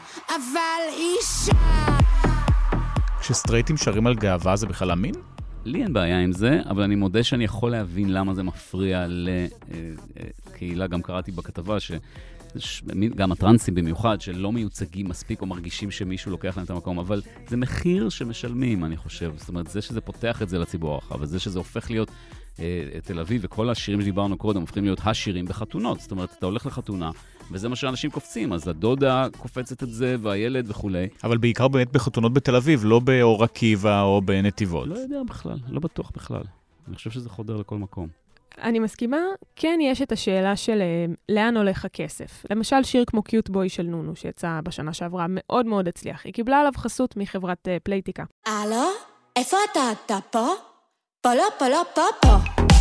אבל אישה. כשסטרייטים שרים על גאווה זה בכלל אמין? לי אין בעיה עם זה, אבל אני מודה שאני יכול להבין למה זה מפריע לקהילה. גם קראתי בכתבה גם הטרנסים במיוחד, שלא מיוצגים מספיק או מרגישים שמישהו לוקח להם את המקום, אבל זה מחיר שמשלמים, אני חושב. זאת אומרת, זה שזה פותח את זה לציבור הרחב, וזה שזה הופך להיות תל אביב, וכל השירים שדיברנו קודם הופכים להיות השירים בחתונות. זאת אומרת, אתה הולך לחתונה, וזה מה שאנשים קופצים, אז הדודה קופצת את זה, והילד וכולי. אבל בעיקר באמת בחתונות בתל אביב, לא באור עקיבא או בנתיבות. לא יודע בכלל, לא בטוח בכלל. אני חושב שזה חודר לכל מקום. אני מסכימה, כן יש את השאלה של לאן הולך הכסף. למשל שיר כמו קיוט בוי של נונו, שיצא בשנה שעברה מאוד מאוד הצליח. היא קיבלה עליו חסות מחברת פלייטיקה. הלו? איפה אתה פה? פה.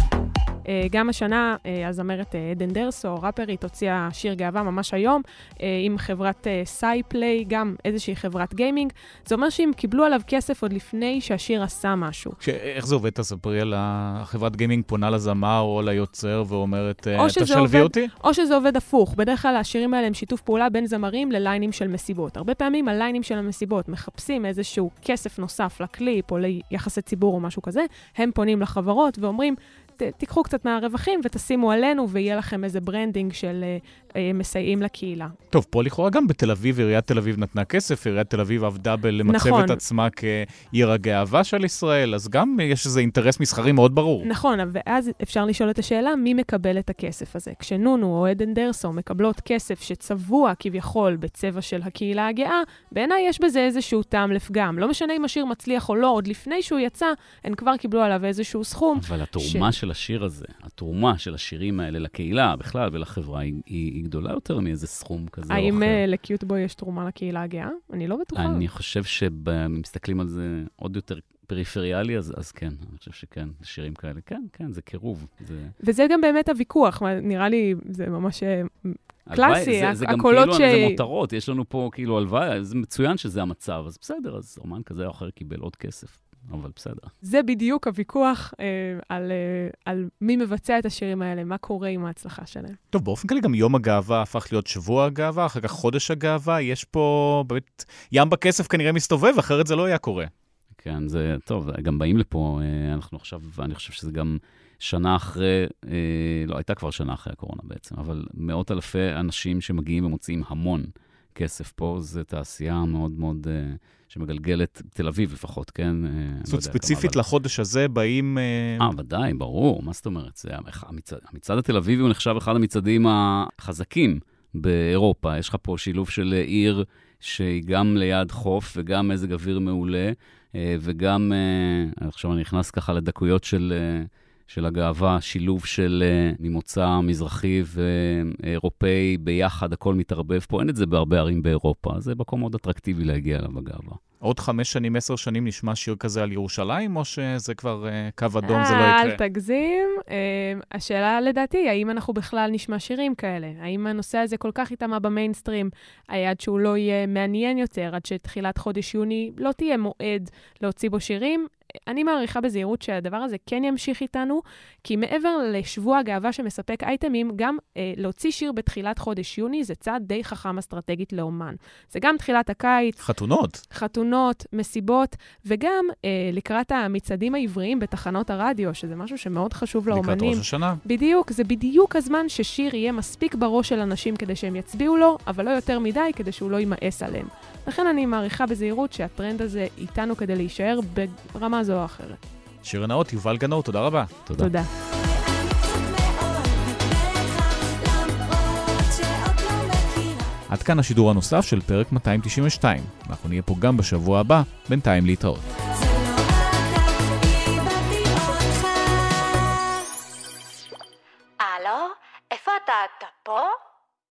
גם השנה הזמרת עדן דרסו, ראפרית, הוציאה שיר גאווה ממש היום, עם חברת סייפליי, גם איזושהי חברת גיימינג. זה אומר שהם קיבלו עליו כסף עוד לפני שהשיר עשה משהו. איך זה עובד? תספרי על החברת גיימינג פונה לזמר או ליוצר ואומרת, תשלבי אותי? או שזה עובד הפוך. בדרך כלל השירים האלה הם שיתוף פעולה בין זמרים לליינים של מסיבות. הרבה פעמים הליינים של המסיבות מחפשים איזשהו כסף נוסף לקליפ או ליחסי ציבור או משהו כזה. הם פונים לחברות ואומרים, תיקחו קצת מהרווחים ותשימו עלינו, ויהיה לכם איזה ברנדינג של מסייעים לקהילה. טוב, פה לכאורה גם בתל אביב, עיריית תל אביב נתנה כסף, עיריית תל אביב עבדה בלמצב את עצמה כעיר הגאווה של ישראל, אז גם יש איזה אינטרס מסחרי מאוד ברור. נכון, ואז אפשר לשאול את השאלה, מי מקבל את הכסף הזה? כשנונו או עדן דרסו מקבלות כסף שצבוע כביכול בצבע של הקהילה הגאה, בעיניי יש בזה איזשהו טעם לפגם. לא משנה אם השיר מצליח או לא, עוד לפני שהוא יצא, הן כבר קיבלו עליו איזשהו סכום. אבל התרומה של השיר הזה, התרומה של השירים האלה לקהילה בכלל ולחברה היא גדולה יותר מאיזה סכום כזה או אחר. האם לקיוט בוי יש תרומה לקהילה הגאה? אני לא בטוחה. אני חושב שמסתכלים על זה עוד יותר פריפריאלי, אז כן, אני חושב שכן, שירים כאלה, כן, זה קירוב. וזה גם באמת הוויכוח, נראה לי, זה ממש קלאסי, זה גם כאילו, זה מותרות, יש לנו פה כאילו הלוואי, זה מצוין שזה המצב, אז בסדר, אז אומן כזה או אחר קיבל עוד כסף. אבל בסדר. זה בדיוק הוויכוח על מי מבצע את השירים האלה, מה קורה עם ההצלחה שלהם. טוב, באופן כללי גם יום הגאווה הפך להיות שבוע הגאווה, אחר כך חודש הגאווה, יש פה באמת ים בכסף כנראה מסתובב, אחרת זה לא היה קורה. כן, זה טוב, גם באים לפה, אנחנו עכשיו, ואני חושב שזה גם שנה אחרי, לא, הייתה כבר שנה אחרי הקורונה בעצם, אבל מאות אלפי אנשים שמגיעים ומוצאים המון כסף. פה זו תעשייה מאוד מאוד שמגלגלת, תל אביב לפחות, כן? זאת ספציפית לחודש הזה באים... ודאי, ברור, מה זאת אומרת? המצעד התל אביבי הוא נחשב אחד המצעדים החזקים באירופה. יש לך פה שילוב של עיר שהיא גם ליד חוף וגם מזג אוויר מעולה, וגם, עכשיו אני נכנס ככה לדקויות של הגאווה, שילוב של ממוצא מזרחי ואירופאי ביחד, הכל מתערבב פה, אין את זה בהרבה ערים באירופה, זה מקום מאוד אטרקטיבי להגיע אליו בגאווה. עוד 5 שנים, 10 שנים נשמע שיר כזה על ירושלים, או שזה כבר קו אדום, זה לא יקרה? אל תגזים. השאלה לדעתי, האם אנחנו בכלל נשמע שירים כאלה? האם הנושא הזה כל כך יטמע במיינסטרים, עד שהוא לא יהיה מעניין יותר, עד שתחילת חודש יוני לא תהיה מועד להוציא בו שירים? אני מעריכה בזהירות שהדבר הזה כן ימשיך איתנו, כי מעבר לשבוע הגאווה שמספק אייטמים, גם להוציא שיר בתחילת חודש יוני, זה צעד די חכם אסטרטגית לאומן. זה גם תחילת הקיץ. חתונות, מסיבות, וגם לקראת המצעדים העבריים בתחנות הרדיו, שזה משהו שמאוד חשוב לאומנים. לקראת ראש השנה. בדיוק, זה בדיוק הזמן ששיר יהיה מספיק בראש של אנשים כדי שהם יצביעו לו, אבל לא יותר מדי כדי שהוא לא יימאס עליהם. לכן אני מעריכה בזהירות שהטרנד הזה איתנו כדי להישאר ברמה זו או אחרת. שיר הנאות, יובל גנור, תודה רבה. תודה. עד כאן השידור הנוסף של פרק 292. אנחנו נהיה פה גם בשבוע הבא, בינתיים להתראות. הלו, איפה אתה פה?